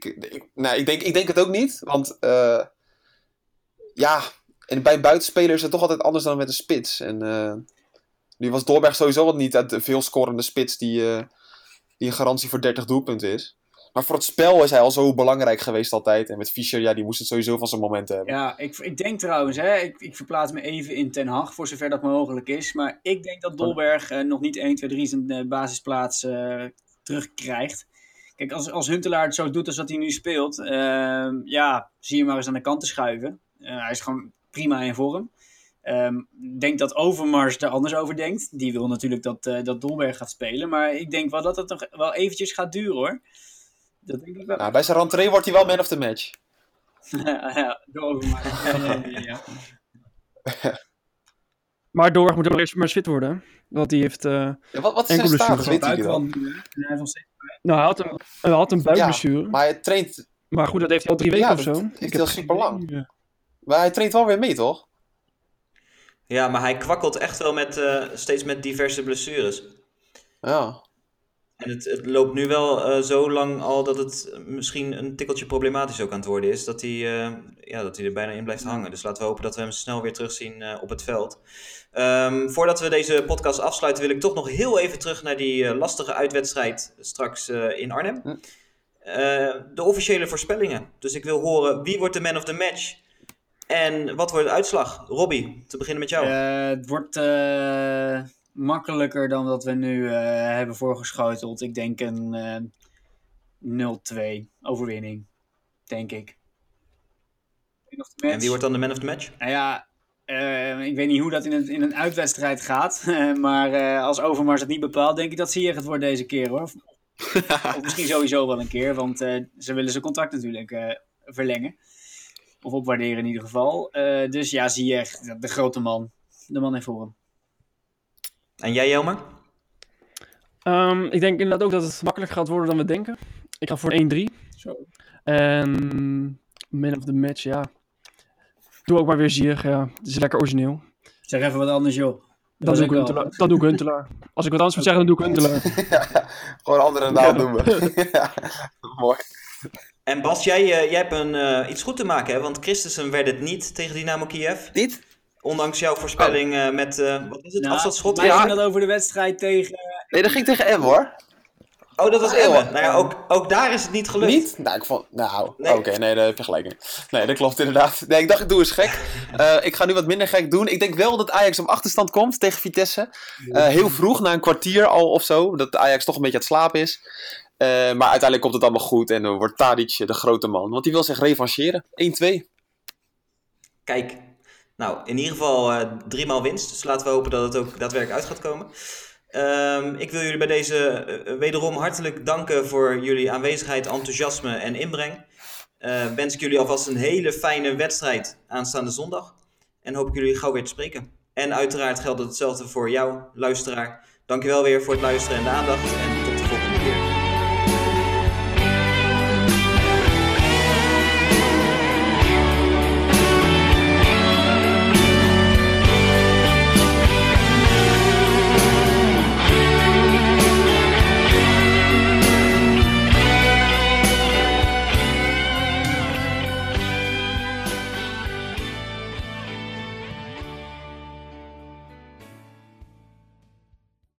Ik denk het ook niet. Want en bij een buitenspeler is het toch altijd anders dan met een spits. En nu was Dolberg sowieso al niet de veel scorende spits die een garantie voor 30 doelpunten is. Maar voor het spel is hij al zo belangrijk geweest altijd. En met Fischer, die moest het sowieso van zijn momenten hebben.
Ja, ik denk trouwens, ik verplaats me even in Ten Hag, voor zover dat mogelijk is. Maar ik denk dat Dolberg nog niet 1, 2, 3 zijn basisplaats terugkrijgt. Kijk, als Huntelaar het zo doet als dat hij nu speelt, zie je maar eens aan de kant te schuiven. Hij is gewoon prima in vorm. Ik denk dat Overmars er anders over denkt. Die wil natuurlijk dat Dolberg gaat spelen. Maar ik denk wel dat het nog wel eventjes gaat duren hoor. Dat denk ik wel.
Nou, bij zijn rentree wordt hij wel man of the match.
Ja, door Overmars. Ja.
Maar Dolberg moet ook eerst maar eens fit worden. Hè? Want die heeft
wat is zijn status? Weet je wel?
Hij had een buikblessure.
Ja, maar hij traint...
Maar goed, dat heeft hij al 3 weken of zo.
Dat heeft hij al super lang. Ja. Maar hij traint wel weer mee, toch?
Ja, maar hij kwakkelt echt wel steeds met diverse blessures.
Ja.
En het loopt nu wel zo lang al dat het misschien een tikkeltje problematisch ook aan het worden is. Dat hij er bijna in blijft hangen. Dus laten we hopen dat we hem snel weer terugzien op het veld. Voordat we deze podcast afsluiten wil ik toch nog heel even terug naar die lastige uitwedstrijd straks in Arnhem. De officiële voorspellingen. Dus ik wil horen wie wordt de man of the match en wat wordt de uitslag? Robbie, te beginnen met jou.
Het wordt makkelijker dan dat we nu hebben voorgeschoteld. Ik denk een 0-2 overwinning, denk ik.
En wie wordt dan de man of the match?
Nou ja, ik weet niet hoe dat in een uitwedstrijd gaat. Maar als Overmars het niet bepaalt, denk ik dat Ziyech het wordt deze keer hoor. Of misschien sowieso wel een keer, want ze willen zijn contract natuurlijk verlengen. Of opwaarderen in ieder geval. Dus ja, Ziyech, de grote man. De man heeft voor hem.
En jij, Jelmer?
Ik denk inderdaad ook dat het makkelijker gaat worden dan we denken. Ik ga voor 1-3.
Zo.
En man of the match, ja. Doe ook maar weer Ziyech, ja. Het is lekker origineel.
Zeg even wat anders, joh.
Dat doe ik Huntelaar. Als ik wat anders moet zeggen, dan doe ik Huntelaar.
Ja, gewoon een andere naam noemen. Ja, mooi.
En Bas, jij hebt iets goed te maken, hè? Want Christensen werd het niet tegen Dynamo Kiev.
Niet?
Ondanks jouw voorspelling met, wat is het, afstandsschot?
Maar ging dat over de wedstrijd tegen...
Nee, dat ging tegen M, hoor.
Oh, dat was
Ja,
Emmen.
joh.
Nou ja, ook daar is het niet gelukt.
Niet? Nou, ik vond... Nou,
Nee.
oké, nee, daar heb je gelijk in. Nee, dat klopt inderdaad. Nee, ik dacht, ik doe eens gek. Ik ga nu wat minder gek doen. Ik denk wel dat Ajax op achterstand komt tegen Vitesse. Heel vroeg, na een kwartier al of zo. Dat Ajax toch een beetje aan het slapen is. Maar uiteindelijk komt het allemaal goed. En dan wordt Tadic de grote man. Want die wil zich revancheren. 1-2.
Kijk, nou, in ieder geval 3 maal winst. Dus laten we hopen dat het ook daadwerkelijk uit gaat komen. Ik wil jullie bij deze wederom hartelijk danken voor jullie aanwezigheid, enthousiasme en inbreng. Wens ik jullie alvast een hele fijne wedstrijd aanstaande zondag. En hoop ik jullie gauw weer te spreken. En uiteraard geldt hetzelfde voor jou, luisteraar. Dankjewel weer voor het luisteren en de aandacht. En